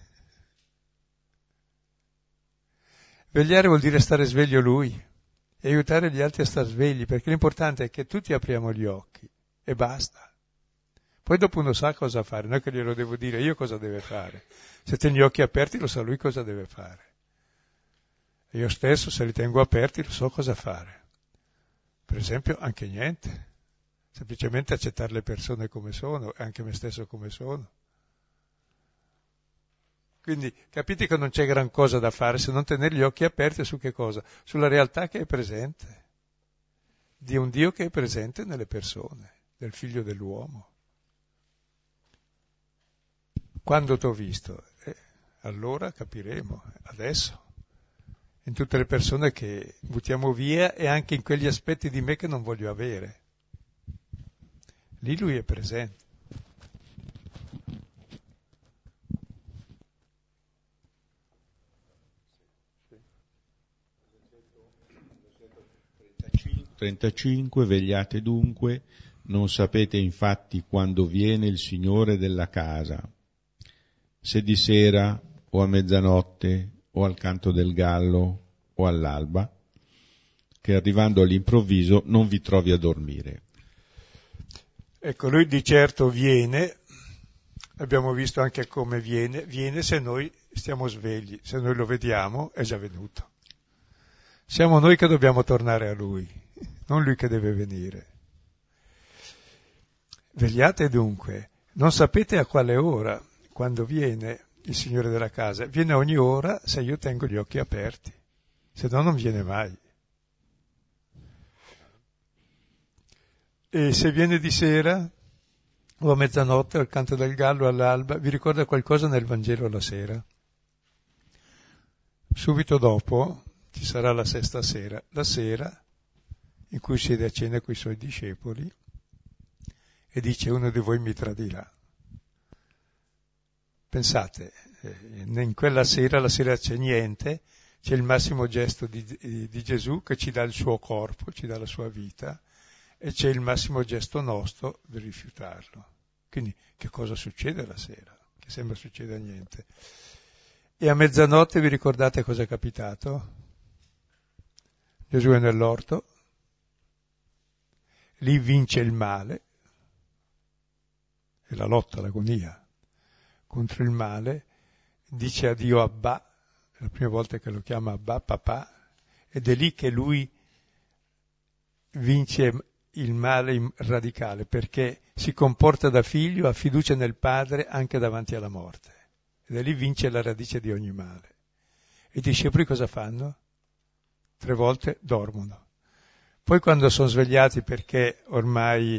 Vegliare vuol dire stare sveglio lui e aiutare gli altri a stare svegli, perché l'importante è che tutti apriamo gli occhi e basta. Poi dopo uno sa cosa fare, non è che glielo devo dire io cosa deve fare. Se tieni gli occhi aperti lo sa lui cosa deve fare. E io stesso, se li tengo aperti, lo so cosa fare. Per esempio, anche niente. Semplicemente accettare le persone come sono e anche me stesso come sono. Quindi capite che non c'è gran cosa da fare se non tenere gli occhi aperti su che cosa? Sulla realtà che è presente, di un Dio che è presente nelle persone, del figlio dell'uomo. Quando t'ho visto? Allora capiremo, adesso. In tutte le persone che buttiamo via e anche in quegli aspetti di me che non voglio avere. Lì lui è presente. «35 Vegliate dunque, non sapete infatti quando viene il Signore della casa, se di sera o a mezzanotte o al canto del gallo o all'alba, che arrivando all'improvviso non vi trovi a dormire». Ecco, lui di certo viene, abbiamo visto anche come viene se noi stiamo svegli, se noi lo vediamo è già venuto. Siamo noi che dobbiamo tornare a lui, non lui che deve venire. Vegliate dunque, non sapete a quale ora, quando viene il Signore della casa. Viene ogni ora se io tengo gli occhi aperti, se no non viene mai. E se viene di sera, o a mezzanotte, o al canto del gallo, all'alba, vi ricorda qualcosa nel Vangelo la sera? Subito dopo ci sarà la sesta sera, la sera in cui siede a cena con i suoi discepoli e dice: uno di voi mi tradirà. Pensate, in quella sera, la sera c'è niente, c'è il massimo gesto di Gesù che ci dà il suo corpo, ci dà la sua vita, e c'è il massimo gesto nostro di rifiutarlo. Quindi che cosa succede la sera? Che sembra succeda niente. E a mezzanotte vi ricordate cosa è capitato? Gesù è nell'orto, lì vince il male, è la lotta, l'agonia contro il male, dice a Dio Abba, è la prima volta che lo chiama Abba, papà, ed è lì che lui vince il male radicale, perché si comporta da figlio, ha fiducia nel padre anche davanti alla morte, ed è lì vince la radice di ogni male. E i discepoli cosa fanno? 3 volte dormono. Poi quando sono svegliati perché ormai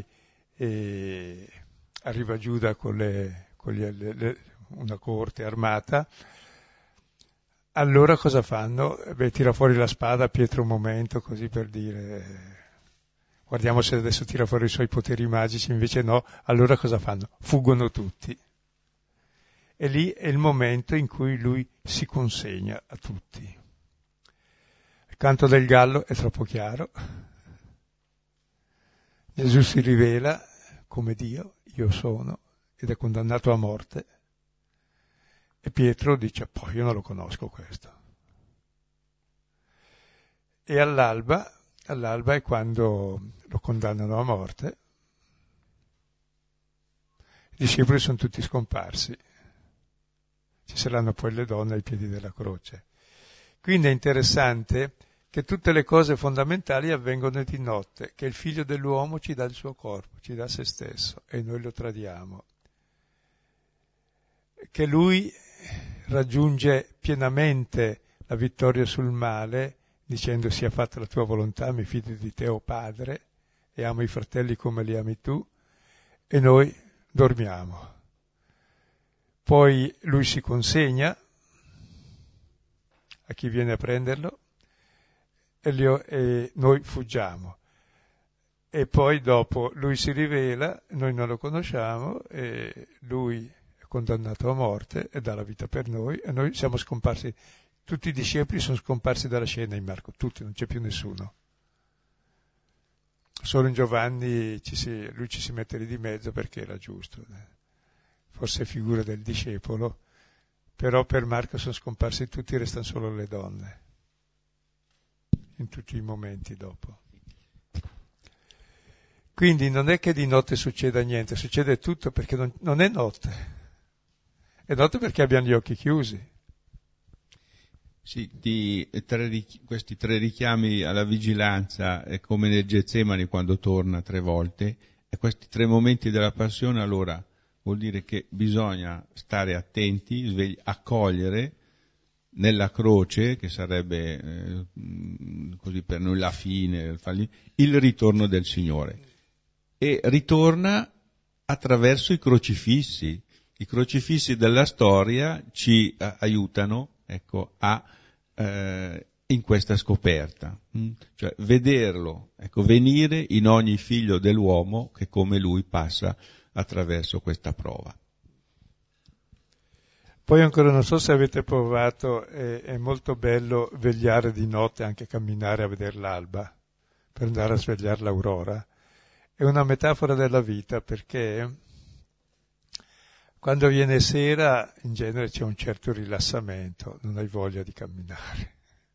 arriva Giuda con una coorte armata, allora cosa fanno? Tira fuori la spada Pietro un momento, così per dire guardiamo se adesso tira fuori i suoi poteri magici, invece no, allora cosa fanno? Fuggono tutti. E lì è il momento in cui lui si consegna a tutti. Il canto del gallo è troppo chiaro. Gesù si rivela come Dio, io sono, ed è condannato a morte. E Pietro dice, poi io non lo conosco questo. E all'alba è quando lo condannano a morte. I discepoli sono tutti scomparsi. Ci saranno poi le donne ai piedi della croce. Quindi è interessante che tutte le cose fondamentali avvengono di notte, che il figlio dell'uomo ci dà il suo corpo, ci dà se stesso e noi lo tradiamo. Che lui raggiunge pienamente la vittoria sul male dicendo sia fatta la tua volontà, mi fido di te, o Padre, e amo i fratelli come li ami tu, e noi dormiamo. Poi lui si consegna a chi viene a prenderlo e noi fuggiamo. E poi dopo lui si rivela, noi non lo conosciamo e lui è condannato a morte e dà la vita per noi e noi siamo scomparsi. Tutti i discepoli sono scomparsi dalla scena in Marco, tutti, non c'è più nessuno. Solo in Giovanni lui ci si mette lì di mezzo perché era giusto, forse figura del discepolo, però per Marco sono scomparsi tutti, restano solo le donne, in tutti i momenti dopo. Quindi non è che di notte succeda niente, succede tutto perché non è notte. È notte perché abbiamo gli occhi chiusi. Sì, questi 3 richiami alla vigilanza, è come nel Getsemani quando torna 3 volte, e questi 3 momenti della passione, allora vuol dire che bisogna stare attenti, accogliere nella croce, che sarebbe così per noi la fine, il ritorno del Signore. E ritorna attraverso i crocifissi. I crocifissi della storia ci aiutano, ecco, in questa scoperta, cioè vederlo, ecco, venire in ogni figlio dell'uomo che come lui passa attraverso questa prova. Poi ancora non so se avete provato, è molto bello vegliare di notte, anche camminare a vedere l'alba, per andare a svegliare l'aurora. È una metafora della vita perché quando viene sera in genere c'è un certo rilassamento, non hai voglia di camminare.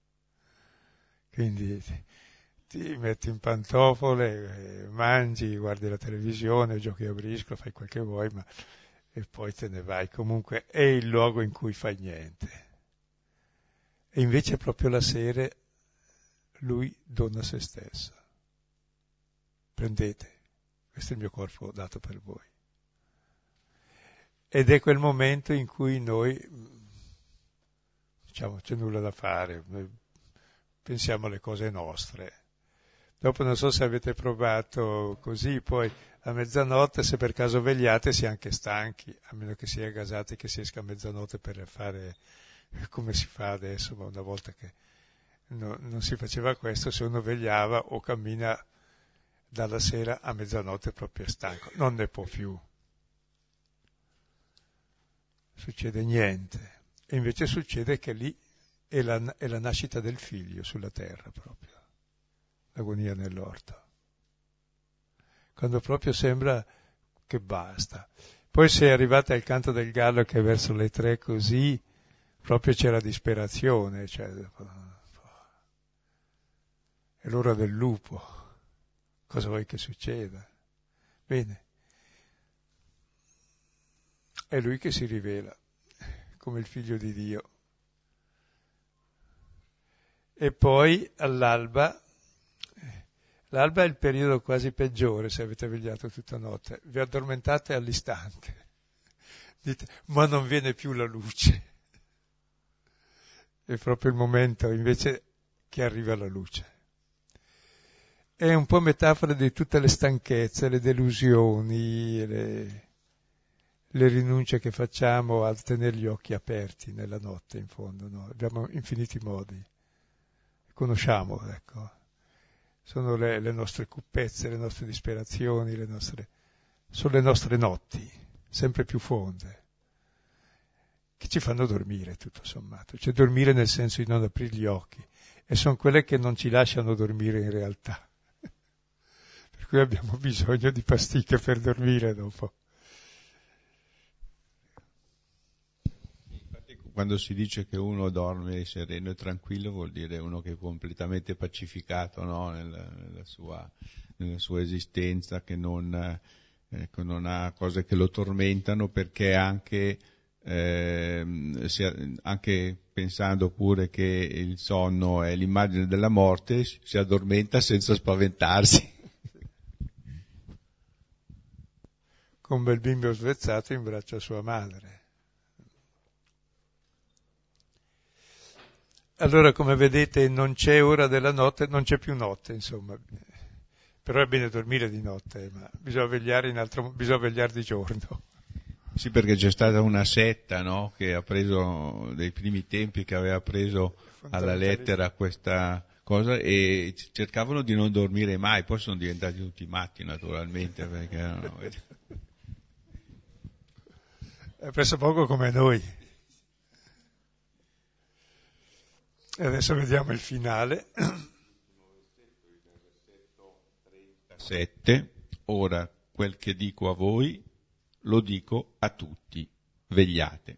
Quindi ti metti in pantofole, mangi, guardi la televisione, giochi a briscola, fai quel che vuoi, e poi te ne vai. Comunque è il luogo in cui fai niente. E invece proprio la sera lui dona se stesso. Prendete, questo è il mio corpo dato per voi. Ed è quel momento in cui noi, diciamo, c'è nulla da fare, pensiamo alle cose nostre. Dopo non so se avete provato così, poi a mezzanotte, se per caso vegliate, si è anche stanchi, a meno che si è gasati che si esca a mezzanotte per fare come si fa adesso, ma una volta che non si faceva questo, se uno vegliava o cammina dalla sera a mezzanotte proprio stanco, non ne può più. Succede niente. E invece succede che lì è la nascita del figlio sulla terra proprio, l'agonia nell'orto. Quando proprio sembra che basta. Poi se è arrivata il canto del gallo che è verso le 3 così, proprio c'è la disperazione, cioè, è l'ora del lupo. Cosa vuoi che succeda? Bene. È lui che si rivela come il figlio di Dio. E poi all'alba, l'alba è il periodo quasi peggiore se avete vegliato tutta notte, vi addormentate all'istante, dite ma non viene più la luce, è proprio il momento invece che arriva la luce. È un po' metafora di tutte le stanchezze, le delusioni, le rinunce che facciamo a tenere gli occhi aperti nella notte, in fondo, no? Abbiamo infiniti modi, conosciamo, ecco, sono le nostre cuppezze, le nostre disperazioni, sono le nostre notti, sempre più fonde, che ci fanno dormire tutto sommato, cioè dormire nel senso di non aprire gli occhi, e sono quelle che non ci lasciano dormire in realtà, per cui abbiamo bisogno di pasticche per dormire dopo. Quando si dice che uno dorme sereno e tranquillo vuol dire uno che è completamente pacificato, no? nella sua esistenza, che non ha cose che lo tormentano, perché anche pensando pure che il sonno è l'immagine della morte, si addormenta senza spaventarsi. Con un bel bimbo svezzato in braccio a sua madre. Allora, come vedete, non c'è ora della notte, non c'è più notte, insomma. Però è bene dormire di notte, ma bisogna vegliare di giorno. Sì, perché c'è stata una setta, no? Che ha preso, dei primi tempi, che aveva preso alla lettera questa cosa e cercavano di non dormire mai, poi sono diventati tutti matti naturalmente, perché erano... È presso poco come noi. E adesso vediamo il finale. 7. Ora quel che dico a voi lo dico a tutti, vegliate.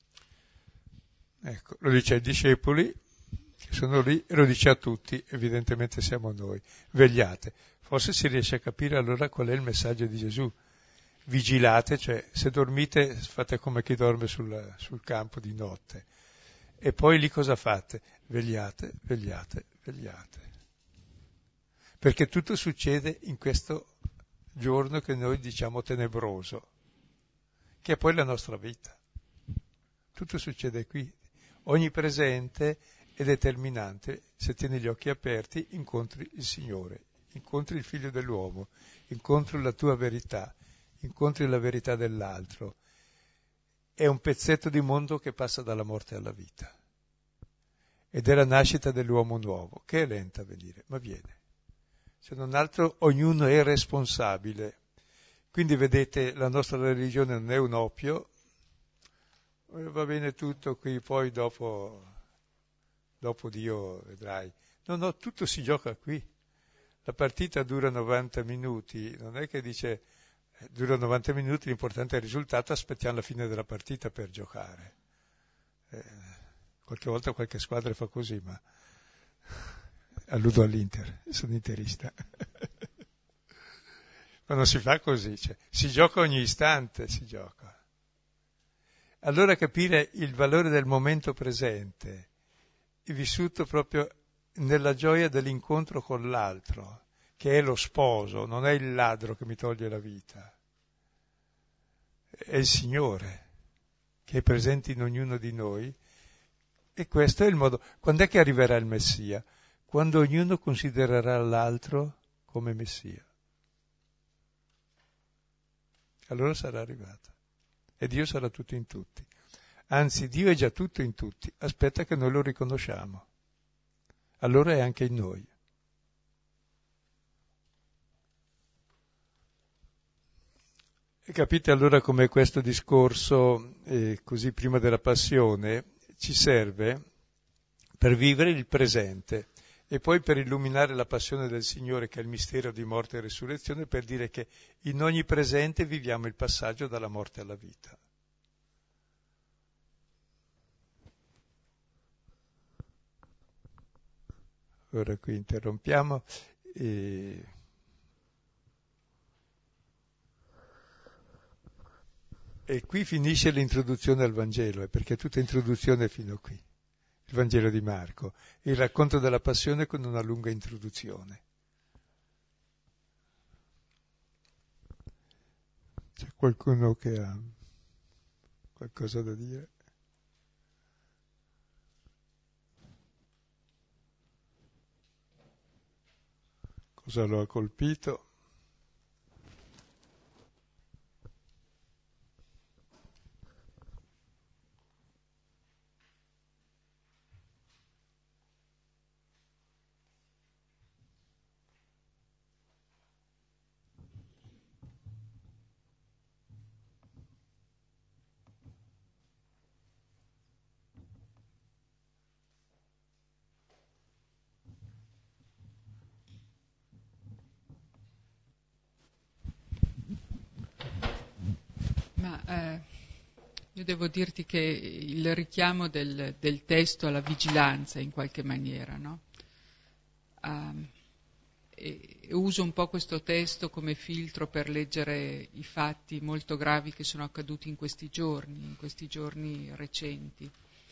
Ecco, lo dice ai discepoli che sono lì e lo dice a tutti, evidentemente siamo noi. Vegliate. Forse si riesce a capire allora qual è il messaggio di Gesù. Vigilate, cioè se dormite fate come chi dorme sul campo di notte. E poi lì cosa fate? Vegliate, vegliate, vegliate. Perché tutto succede in questo giorno che noi diciamo tenebroso, che è poi la nostra vita. Tutto succede qui. Ogni presente è determinante. Se tieni gli occhi aperti, incontri il Signore, incontri il Figlio dell'uomo, incontri la tua verità, incontri la verità dell'altro. È un pezzetto di mondo che passa dalla morte alla vita. Ed è la nascita dell'uomo nuovo, che è lenta a venire, ma viene. Se non altro, ognuno è responsabile. Quindi vedete, la nostra religione non è un oppio, va bene tutto qui, poi dopo Dio vedrai. No, tutto si gioca qui. La partita dura 90 minuti, non è che dice dura 90 minuti, l'importante è il risultato, aspettiamo la fine della partita per giocare. Qualche volta qualche squadra fa così, ma alludo all'Inter, sono interista. Ma non si fa così, cioè, si gioca ogni istante, si gioca. Allora capire il valore del momento presente è vissuto proprio nella gioia dell'incontro con l'altro, che è lo sposo, non è il ladro che mi toglie la vita, è il Signore che è presente in ognuno di noi, e questo è il modo. Quando è che arriverà il Messia? Quando ognuno considererà l'altro come Messia. Allora sarà arrivato. E Dio sarà tutto in tutti. Anzi, Dio è già tutto in tutti, aspetta che noi lo riconosciamo. Allora è anche in noi. E capite allora come questo discorso, così prima della passione, ci serve per vivere il presente e poi per illuminare la passione del Signore, che è il mistero di morte e resurrezione, per dire che in ogni presente viviamo il passaggio dalla morte alla vita. Ora qui interrompiamo e qui finisce l'introduzione al Vangelo, perché è tutta introduzione fino qui, il Vangelo di Marco, il racconto della passione con una lunga introduzione. C'è qualcuno che ha qualcosa da dire? Cosa lo ha colpito? Io devo dirti che il richiamo del testo alla vigilanza in qualche maniera, no? E uso un po' questo testo come filtro per leggere i fatti molto gravi che sono accaduti in questi giorni recenti.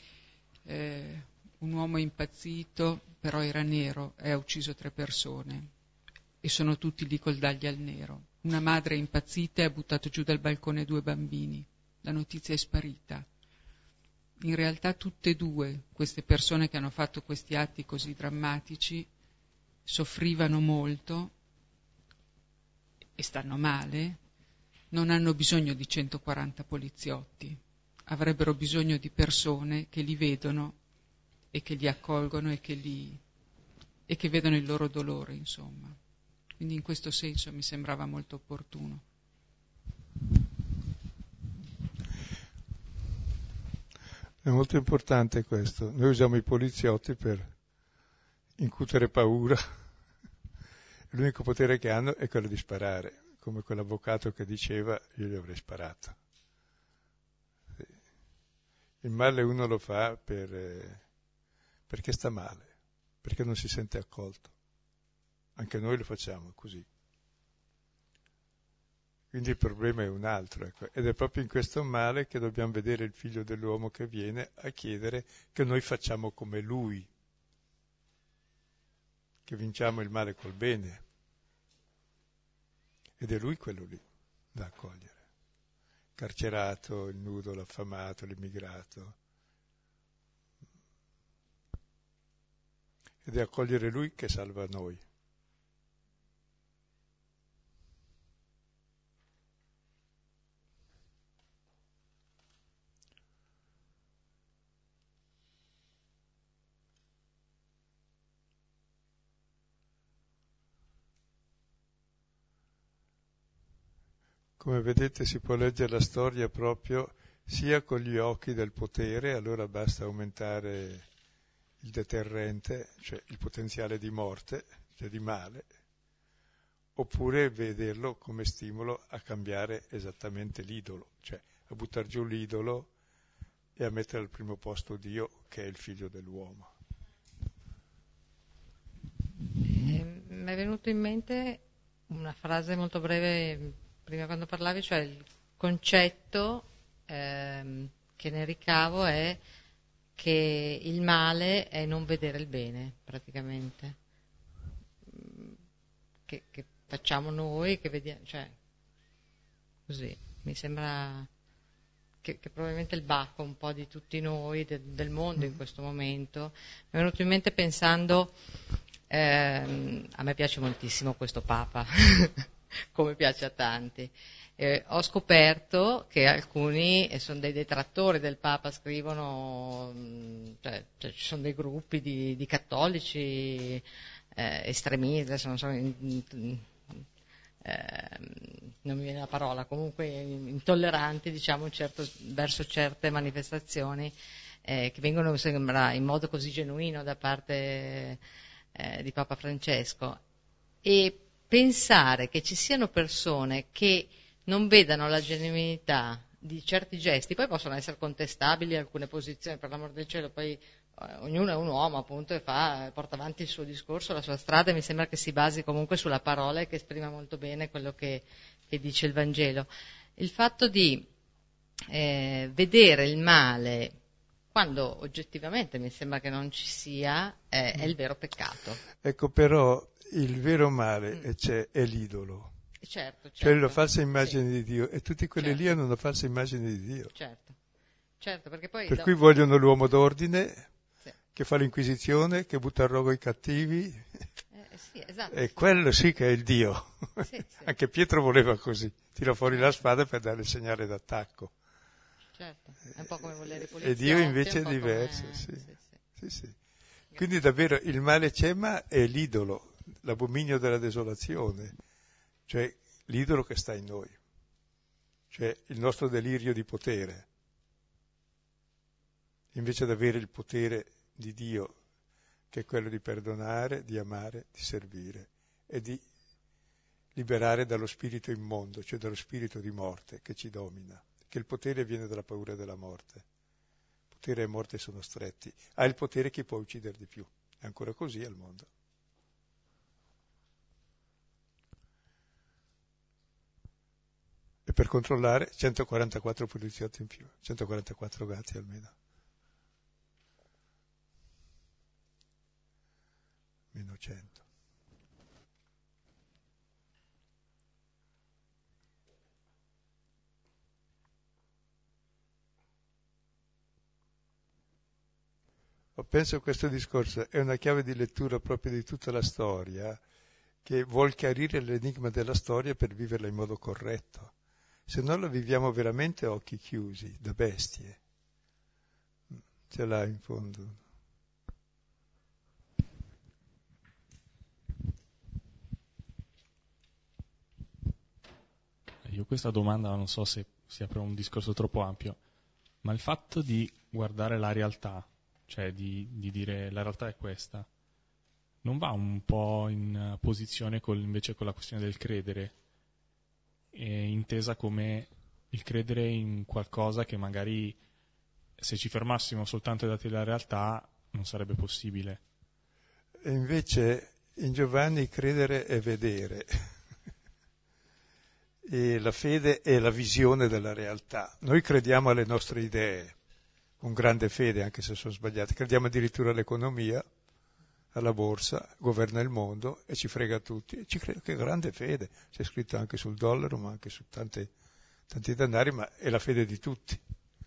Un uomo impazzito, però era nero, e ha ucciso 3 persone e sono tutti lì col daglial nero. Una madre impazzita e ha buttato giù dal balcone 2 bambini. La notizia è sparita. In realtà tutte e 2 queste persone che hanno fatto questi atti così drammatici soffrivano molto stanno male, non hanno bisogno di 140 poliziotti, avrebbero bisogno di persone che li vedono e che li accolgono e che vedono il loro dolore, insomma. Quindi in questo senso mi sembrava molto opportuno. È molto importante questo. Noi usiamo i poliziotti per incutere paura. L'unico potere che hanno è quello di sparare, come quell'avvocato che diceva io gli avrei sparato. Sì. Il male uno lo fa perché sta male, perché non si sente accolto. Anche noi lo facciamo così. Quindi il problema è un altro, ecco. Ed è proprio in questo male che dobbiamo vedere il figlio dell'uomo che viene a chiedere che noi facciamo come lui, che vinciamo il male col bene. Ed è lui quello lì da accogliere. Carcerato, il nudo, l'affamato, l'immigrato. Ed è accogliere lui che salva noi. Come vedete si può leggere la storia proprio sia con gli occhi del potere, allora basta aumentare il deterrente, cioè il potenziale di morte, cioè di male, oppure vederlo come stimolo a cambiare esattamente l'idolo, cioè a buttar giù l'idolo e a mettere al primo posto Dio, che è il figlio dell'uomo. Mi è venuto in mente una frase molto breve prima quando parlavi, cioè il concetto che ne ricavo è che il male è non vedere il bene, praticamente, che facciamo noi, che vediamo, cioè così, mi sembra che probabilmente il bacco un po' di tutti noi, del mondo in questo momento. Mi è venuto in mente pensando, a me piace moltissimo questo Papa, come piace a tanti. Ho scoperto che alcuni sono dei detrattori del Papa, scrivono, cioè ci sono dei gruppi di cattolici estremisti, adesso non so, non mi viene la parola, comunque intolleranti, diciamo, verso certe manifestazioni che vengono, sembra, in modo così genuino da parte di Papa Francesco. E pensare che ci siano persone che non vedano la genuinità di certi gesti, poi possono essere contestabili alcune posizioni, per l'amor del cielo, poi ognuno è un uomo appunto e porta avanti il suo discorso, la sua strada, e mi sembra che si basi comunque sulla parola e che esprima molto bene quello che dice il Vangelo. Il fatto di vedere il male quando oggettivamente mi sembra che non ci sia è il vero peccato. Ecco, però il vero male è l'idolo. Certo. Cioè la falsa immagine sì. di Dio, e tutti quelli lì hanno una falsa immagine di Dio. Certo, perché poi per cui vogliono l'uomo d'ordine, sì, che fa l'inquisizione, che butta a rogo i cattivi. Sì, esatto. E quello sì che è il Dio. Sì. Anche Pietro voleva così, tira fuori la spada per dare il segnale d'attacco. Certo, è un po' come volere i poliziotti. E Dio invece è diverso, sì. Quindi davvero il male c'è, ma è l'idolo, l'abominio della desolazione, cioè l'idolo che sta in noi, cioè il nostro delirio di potere, invece di avere il potere di Dio, che è quello di perdonare, di amare, di servire e di liberare dallo spirito immondo, cioè dallo spirito di morte che ci domina, che il potere viene dalla paura della morte. Potere e morte sono stretti. Ha il potere chi può uccidere di più. È ancora così al mondo. E per controllare 144 poliziotti in più, 144 gatti almeno. Meno 100. Penso che questo discorso è una chiave di lettura proprio di tutta la storia, che vuol chiarire l'enigma della storia per viverla in modo corretto. Se no la viviamo veramente a occhi chiusi, da bestie. Ce l'ha in fondo. Io questa domanda non so se si apre un discorso troppo ampio, ma il fatto di guardare la realtà, cioè di dire la realtà è questa, non va un po' in posizione invece con la questione del credere, intesa come il credere in qualcosa che magari se ci fermassimo soltanto ai dati della realtà non sarebbe possibile. E invece in Giovanni credere è vedere. E la fede è la visione della realtà. Noi crediamo alle nostre idee, con grande fede, anche se sono sbagliate. Crediamo addirittura all'economia, alla borsa, governa il mondo e ci frega tutti. E ci credo che grande fede, c'è scritto anche sul dollaro, ma anche su tanti denari, ma è la fede di tutti.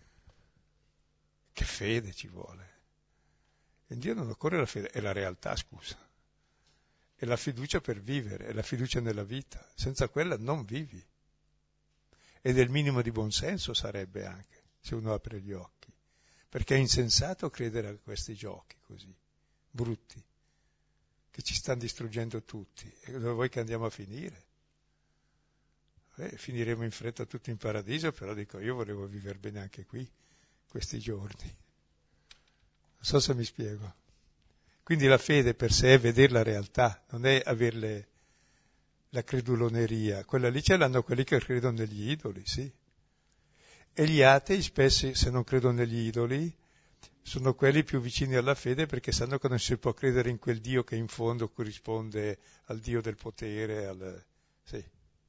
Che fede ci vuole? In Dio non occorre la fede, è la realtà, scusa. È la fiducia per vivere, è la fiducia nella vita. Senza quella non vivi. E del minimo di buonsenso sarebbe anche, se uno apre gli occhi. Perché è insensato credere a questi giochi così, brutti, che ci stanno distruggendo tutti. E dove vuoi che andiamo a finire? Finiremo in fretta tutti in paradiso, però dico, io volevo vivere bene anche qui, questi giorni. Non so se mi spiego. Quindi la fede per sé è vedere la realtà, non è avere la creduloneria. Quella lì ce l'hanno quelli che credono negli idoli, sì. E gli atei, spesso, se non credono negli idoli, sono quelli più vicini alla fede perché sanno che non si può credere in quel Dio che in fondo corrisponde al Dio del potere, sì,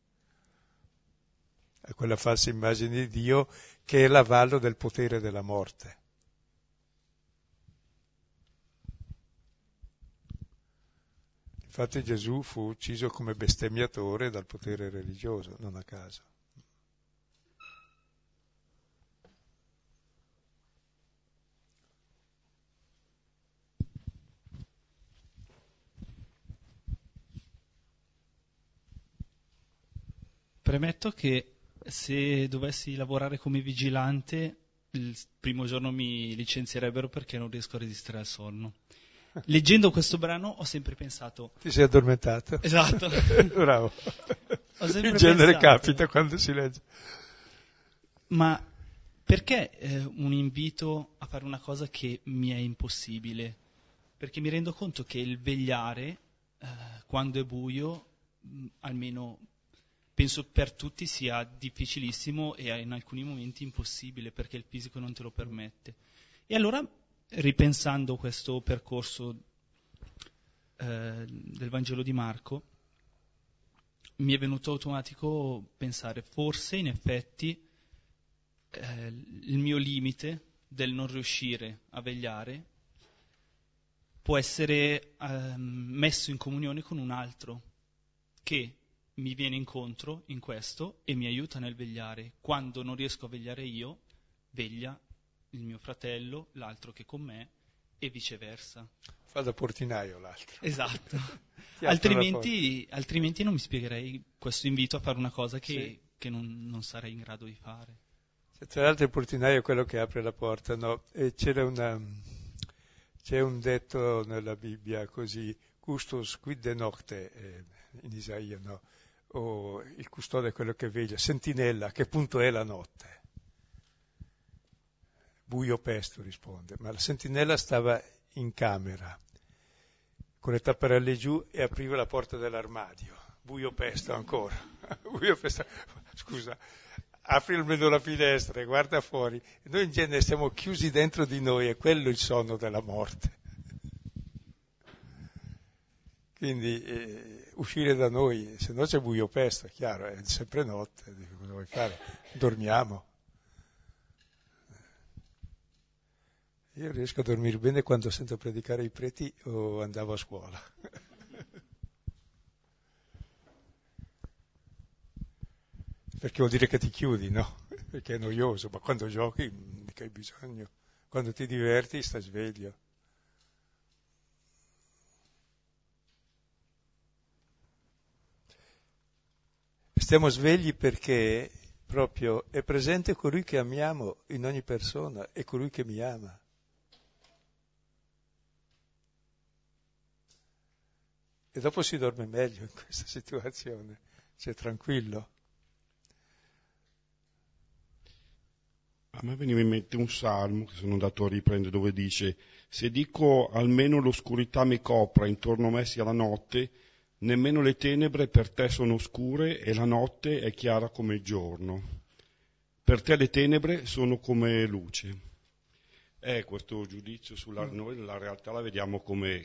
a quella falsa immagine di Dio che è l'avallo del potere della morte. Infatti Gesù fu ucciso come bestemmiatore dal potere religioso, non a caso. Premetto che se dovessi lavorare come vigilante, il primo giorno mi licenzierebbero perché non riesco a resistere al sonno. Leggendo questo brano ho sempre pensato... Ti sei addormentato? Esatto. Bravo. Ho sempre In genere pensato, capita quando si legge. Ma perché un invito a fare una cosa che mi è impossibile? Perché mi rendo conto che il vegliare, quando è buio, almeno penso per tutti sia difficilissimo e in alcuni momenti impossibile perché il fisico non te lo permette. E allora, ripensando questo percorso del Vangelo di Marco, mi è venuto automatico pensare, forse in effetti il mio limite del non riuscire a vegliare può essere messo in comunione con un altro che mi viene incontro in questo e mi aiuta nel vegliare. Quando non riesco a vegliare io, veglia il mio fratello, l'altro che è con me e viceversa. Fa da portinaio l'altro. Esatto. altrimenti non mi spiegherei questo invito a fare una cosa che non sarei in grado di fare. Tra l'altro il portinaio è quello che apre la porta, no? E c'è un detto nella Bibbia così, custos quid de nocte, in Isaia, no? O il custode è quello che veglia, sentinella, a che punto è la notte? Buio pesto risponde, ma la sentinella stava in camera, con le tapparelle giù e apriva la porta dell'armadio, buio pesto ancora, buio pesto, scusa, apri almeno la finestra e guarda fuori, noi in genere siamo chiusi dentro di noi, è quello il sonno della morte. Quindi uscire da noi, se no c'è buio pesto, è chiaro, è sempre notte, cosa vuoi fare? Dormiamo. Io riesco a dormire bene quando sento predicare i preti o andavo a scuola. Perché vuol dire che ti chiudi, no? Perché è noioso, ma quando giochi mica hai bisogno. Quando ti diverti stai sveglio. stiamo svegli perché proprio è presente colui che amiamo in ogni persona, è colui che mi ama. E dopo si dorme meglio in questa situazione, cioè tranquillo. A me veniva in mente un salmo che sono andato a riprendere dove dice: se dico almeno l'oscurità mi copra, intorno a me sia la notte, nemmeno le tenebre per te sono oscure e la notte è chiara come il giorno. Per te le tenebre sono come luce. Questo giudizio noi la realtà la vediamo come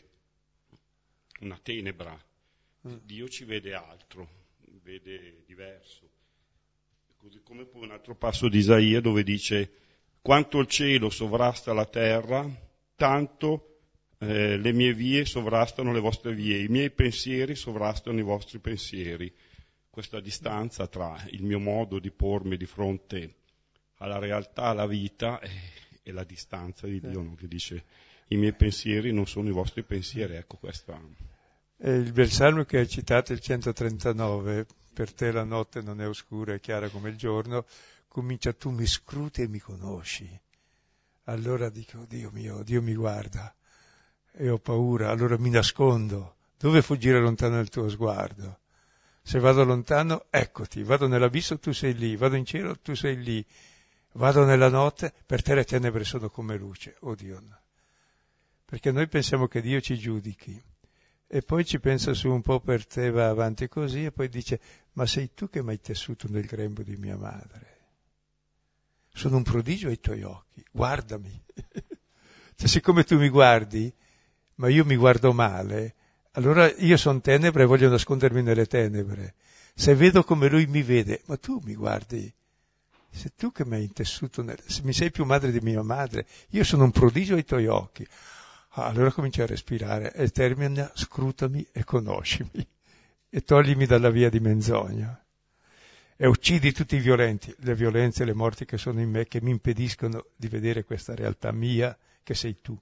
una tenebra. Dio ci vede altro, vede diverso. Così come poi un altro passo di Isaia dove dice: quanto il cielo sovrasta la terra, tanto le mie vie sovrastano le vostre vie, i miei pensieri sovrastano i vostri pensieri. Questa distanza tra il mio modo di pormi di fronte alla realtà, alla vita, e la distanza di Dio, no? Che dice: i miei pensieri non sono i vostri pensieri. Ecco, questa. Il bel salmo che hai citato, il 139, per te la notte non è oscura, è chiara come il giorno, comincia: tu mi scruti e mi conosci. Allora dico: Dio mio, Dio mi guarda e ho paura, allora mi nascondo. Dove fuggire lontano dal tuo sguardo? Se vado lontano, eccoti, vado nell'abisso, tu sei lì, vado in cielo, tu sei lì, vado nella notte, per te le tenebre sono come luce. Oh Dio, no. Perché noi pensiamo che Dio ci giudichi e poi ci pensa su un po' per te, va avanti così, e poi dice: ma sei tu che mi hai tessuto nel grembo di mia madre. Sono un prodigio ai tuoi occhi, guardami. Cioè, siccome tu mi guardi, ma io mi guardo male, allora io sono tenebre e voglio nascondermi nelle tenebre. Se vedo come lui mi vede, ma tu mi guardi, sei tu che mi hai intessuto, mi sei più madre di mia madre, io sono un prodigio ai tuoi occhi. Allora comincia a respirare e termina: scrutami e conoscimi e toglimi dalla via di menzogna e uccidi tutti i violenti, le violenze e le morti che sono in me, che mi impediscono di vedere questa realtà mia che sei tu.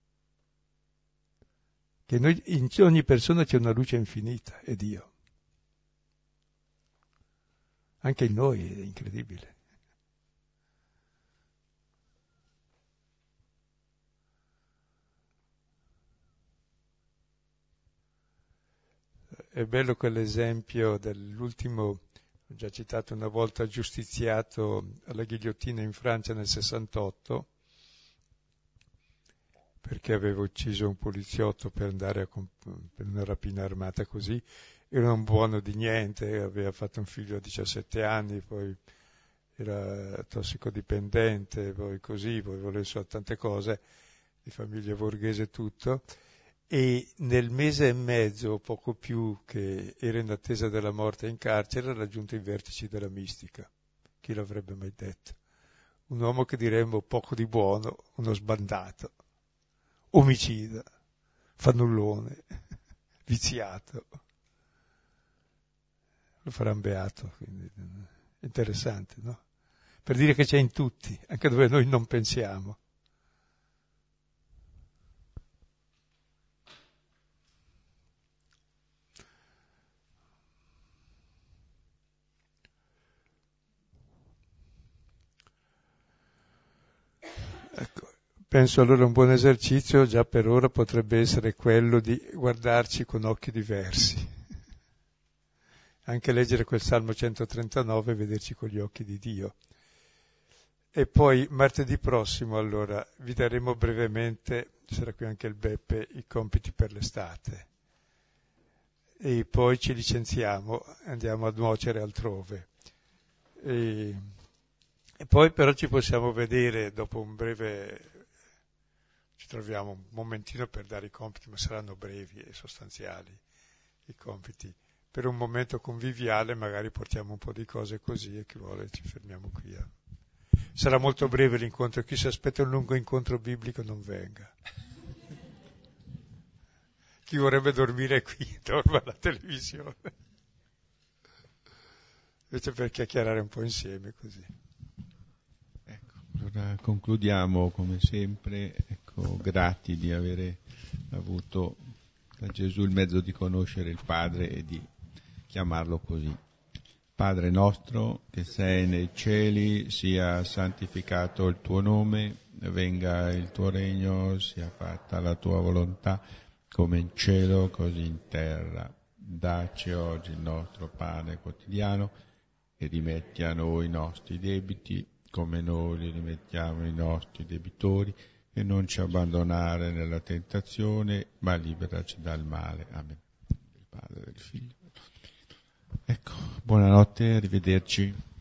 Che in ogni persona c'è una luce infinita, è Dio. Anche in noi è incredibile. È bello quell'esempio dell'ultimo, ho già citato una volta, giustiziato alla ghigliottina in Francia nel 68, perché aveva ucciso un poliziotto per andare per una rapina armata così, era un buono di niente, aveva fatto un figlio a 17 anni, poi era tossicodipendente, poi così, poi voleva tante cose, di famiglia borghese e tutto. E nel mese e mezzo, poco più, che era in attesa della morte in carcere, ha raggiunto i vertici della mistica. Chi l'avrebbe mai detto? Un uomo che diremmo poco di buono, uno sbandato, omicida, fannullone, viziato. Lo faranno beato, quindi interessante, no? Per dire che c'è in tutti, anche dove noi non pensiamo. Ecco, penso allora un buon esercizio già per ora potrebbe essere quello di guardarci con occhi diversi. Anche leggere quel Salmo 139 e vederci con gli occhi di Dio. E poi martedì prossimo allora vi daremo brevemente, sarà qui anche il Beppe, i compiti per l'estate. E poi ci licenziamo, andiamo a nuocere altrove. E poi però ci possiamo vedere dopo un breve, ci troviamo un momentino per dare i compiti, ma saranno brevi e sostanziali i compiti. Per un momento conviviale magari portiamo un po' di cose così e chi vuole ci fermiamo qui. Sarà molto breve l'incontro, chi si aspetta un lungo incontro biblico non venga. Chi vorrebbe dormire qui dorma alla televisione. Invece per chiacchierare un po' insieme così. Allora concludiamo come sempre, grati di avere avuto da Gesù il mezzo di conoscere il Padre e di chiamarlo così. Padre nostro che sei nei cieli, sia santificato il tuo nome, venga il tuo regno, sia fatta la tua volontà, come in cielo così in terra. Dacci oggi il nostro pane quotidiano e rimetti a noi i nostri debiti, come noi li rimettiamo ai nostri debitori, e non ci abbandonare nella tentazione, ma liberaci dal male. Amen. Del Padre, del Figlio. Ecco, buonanotte, arrivederci.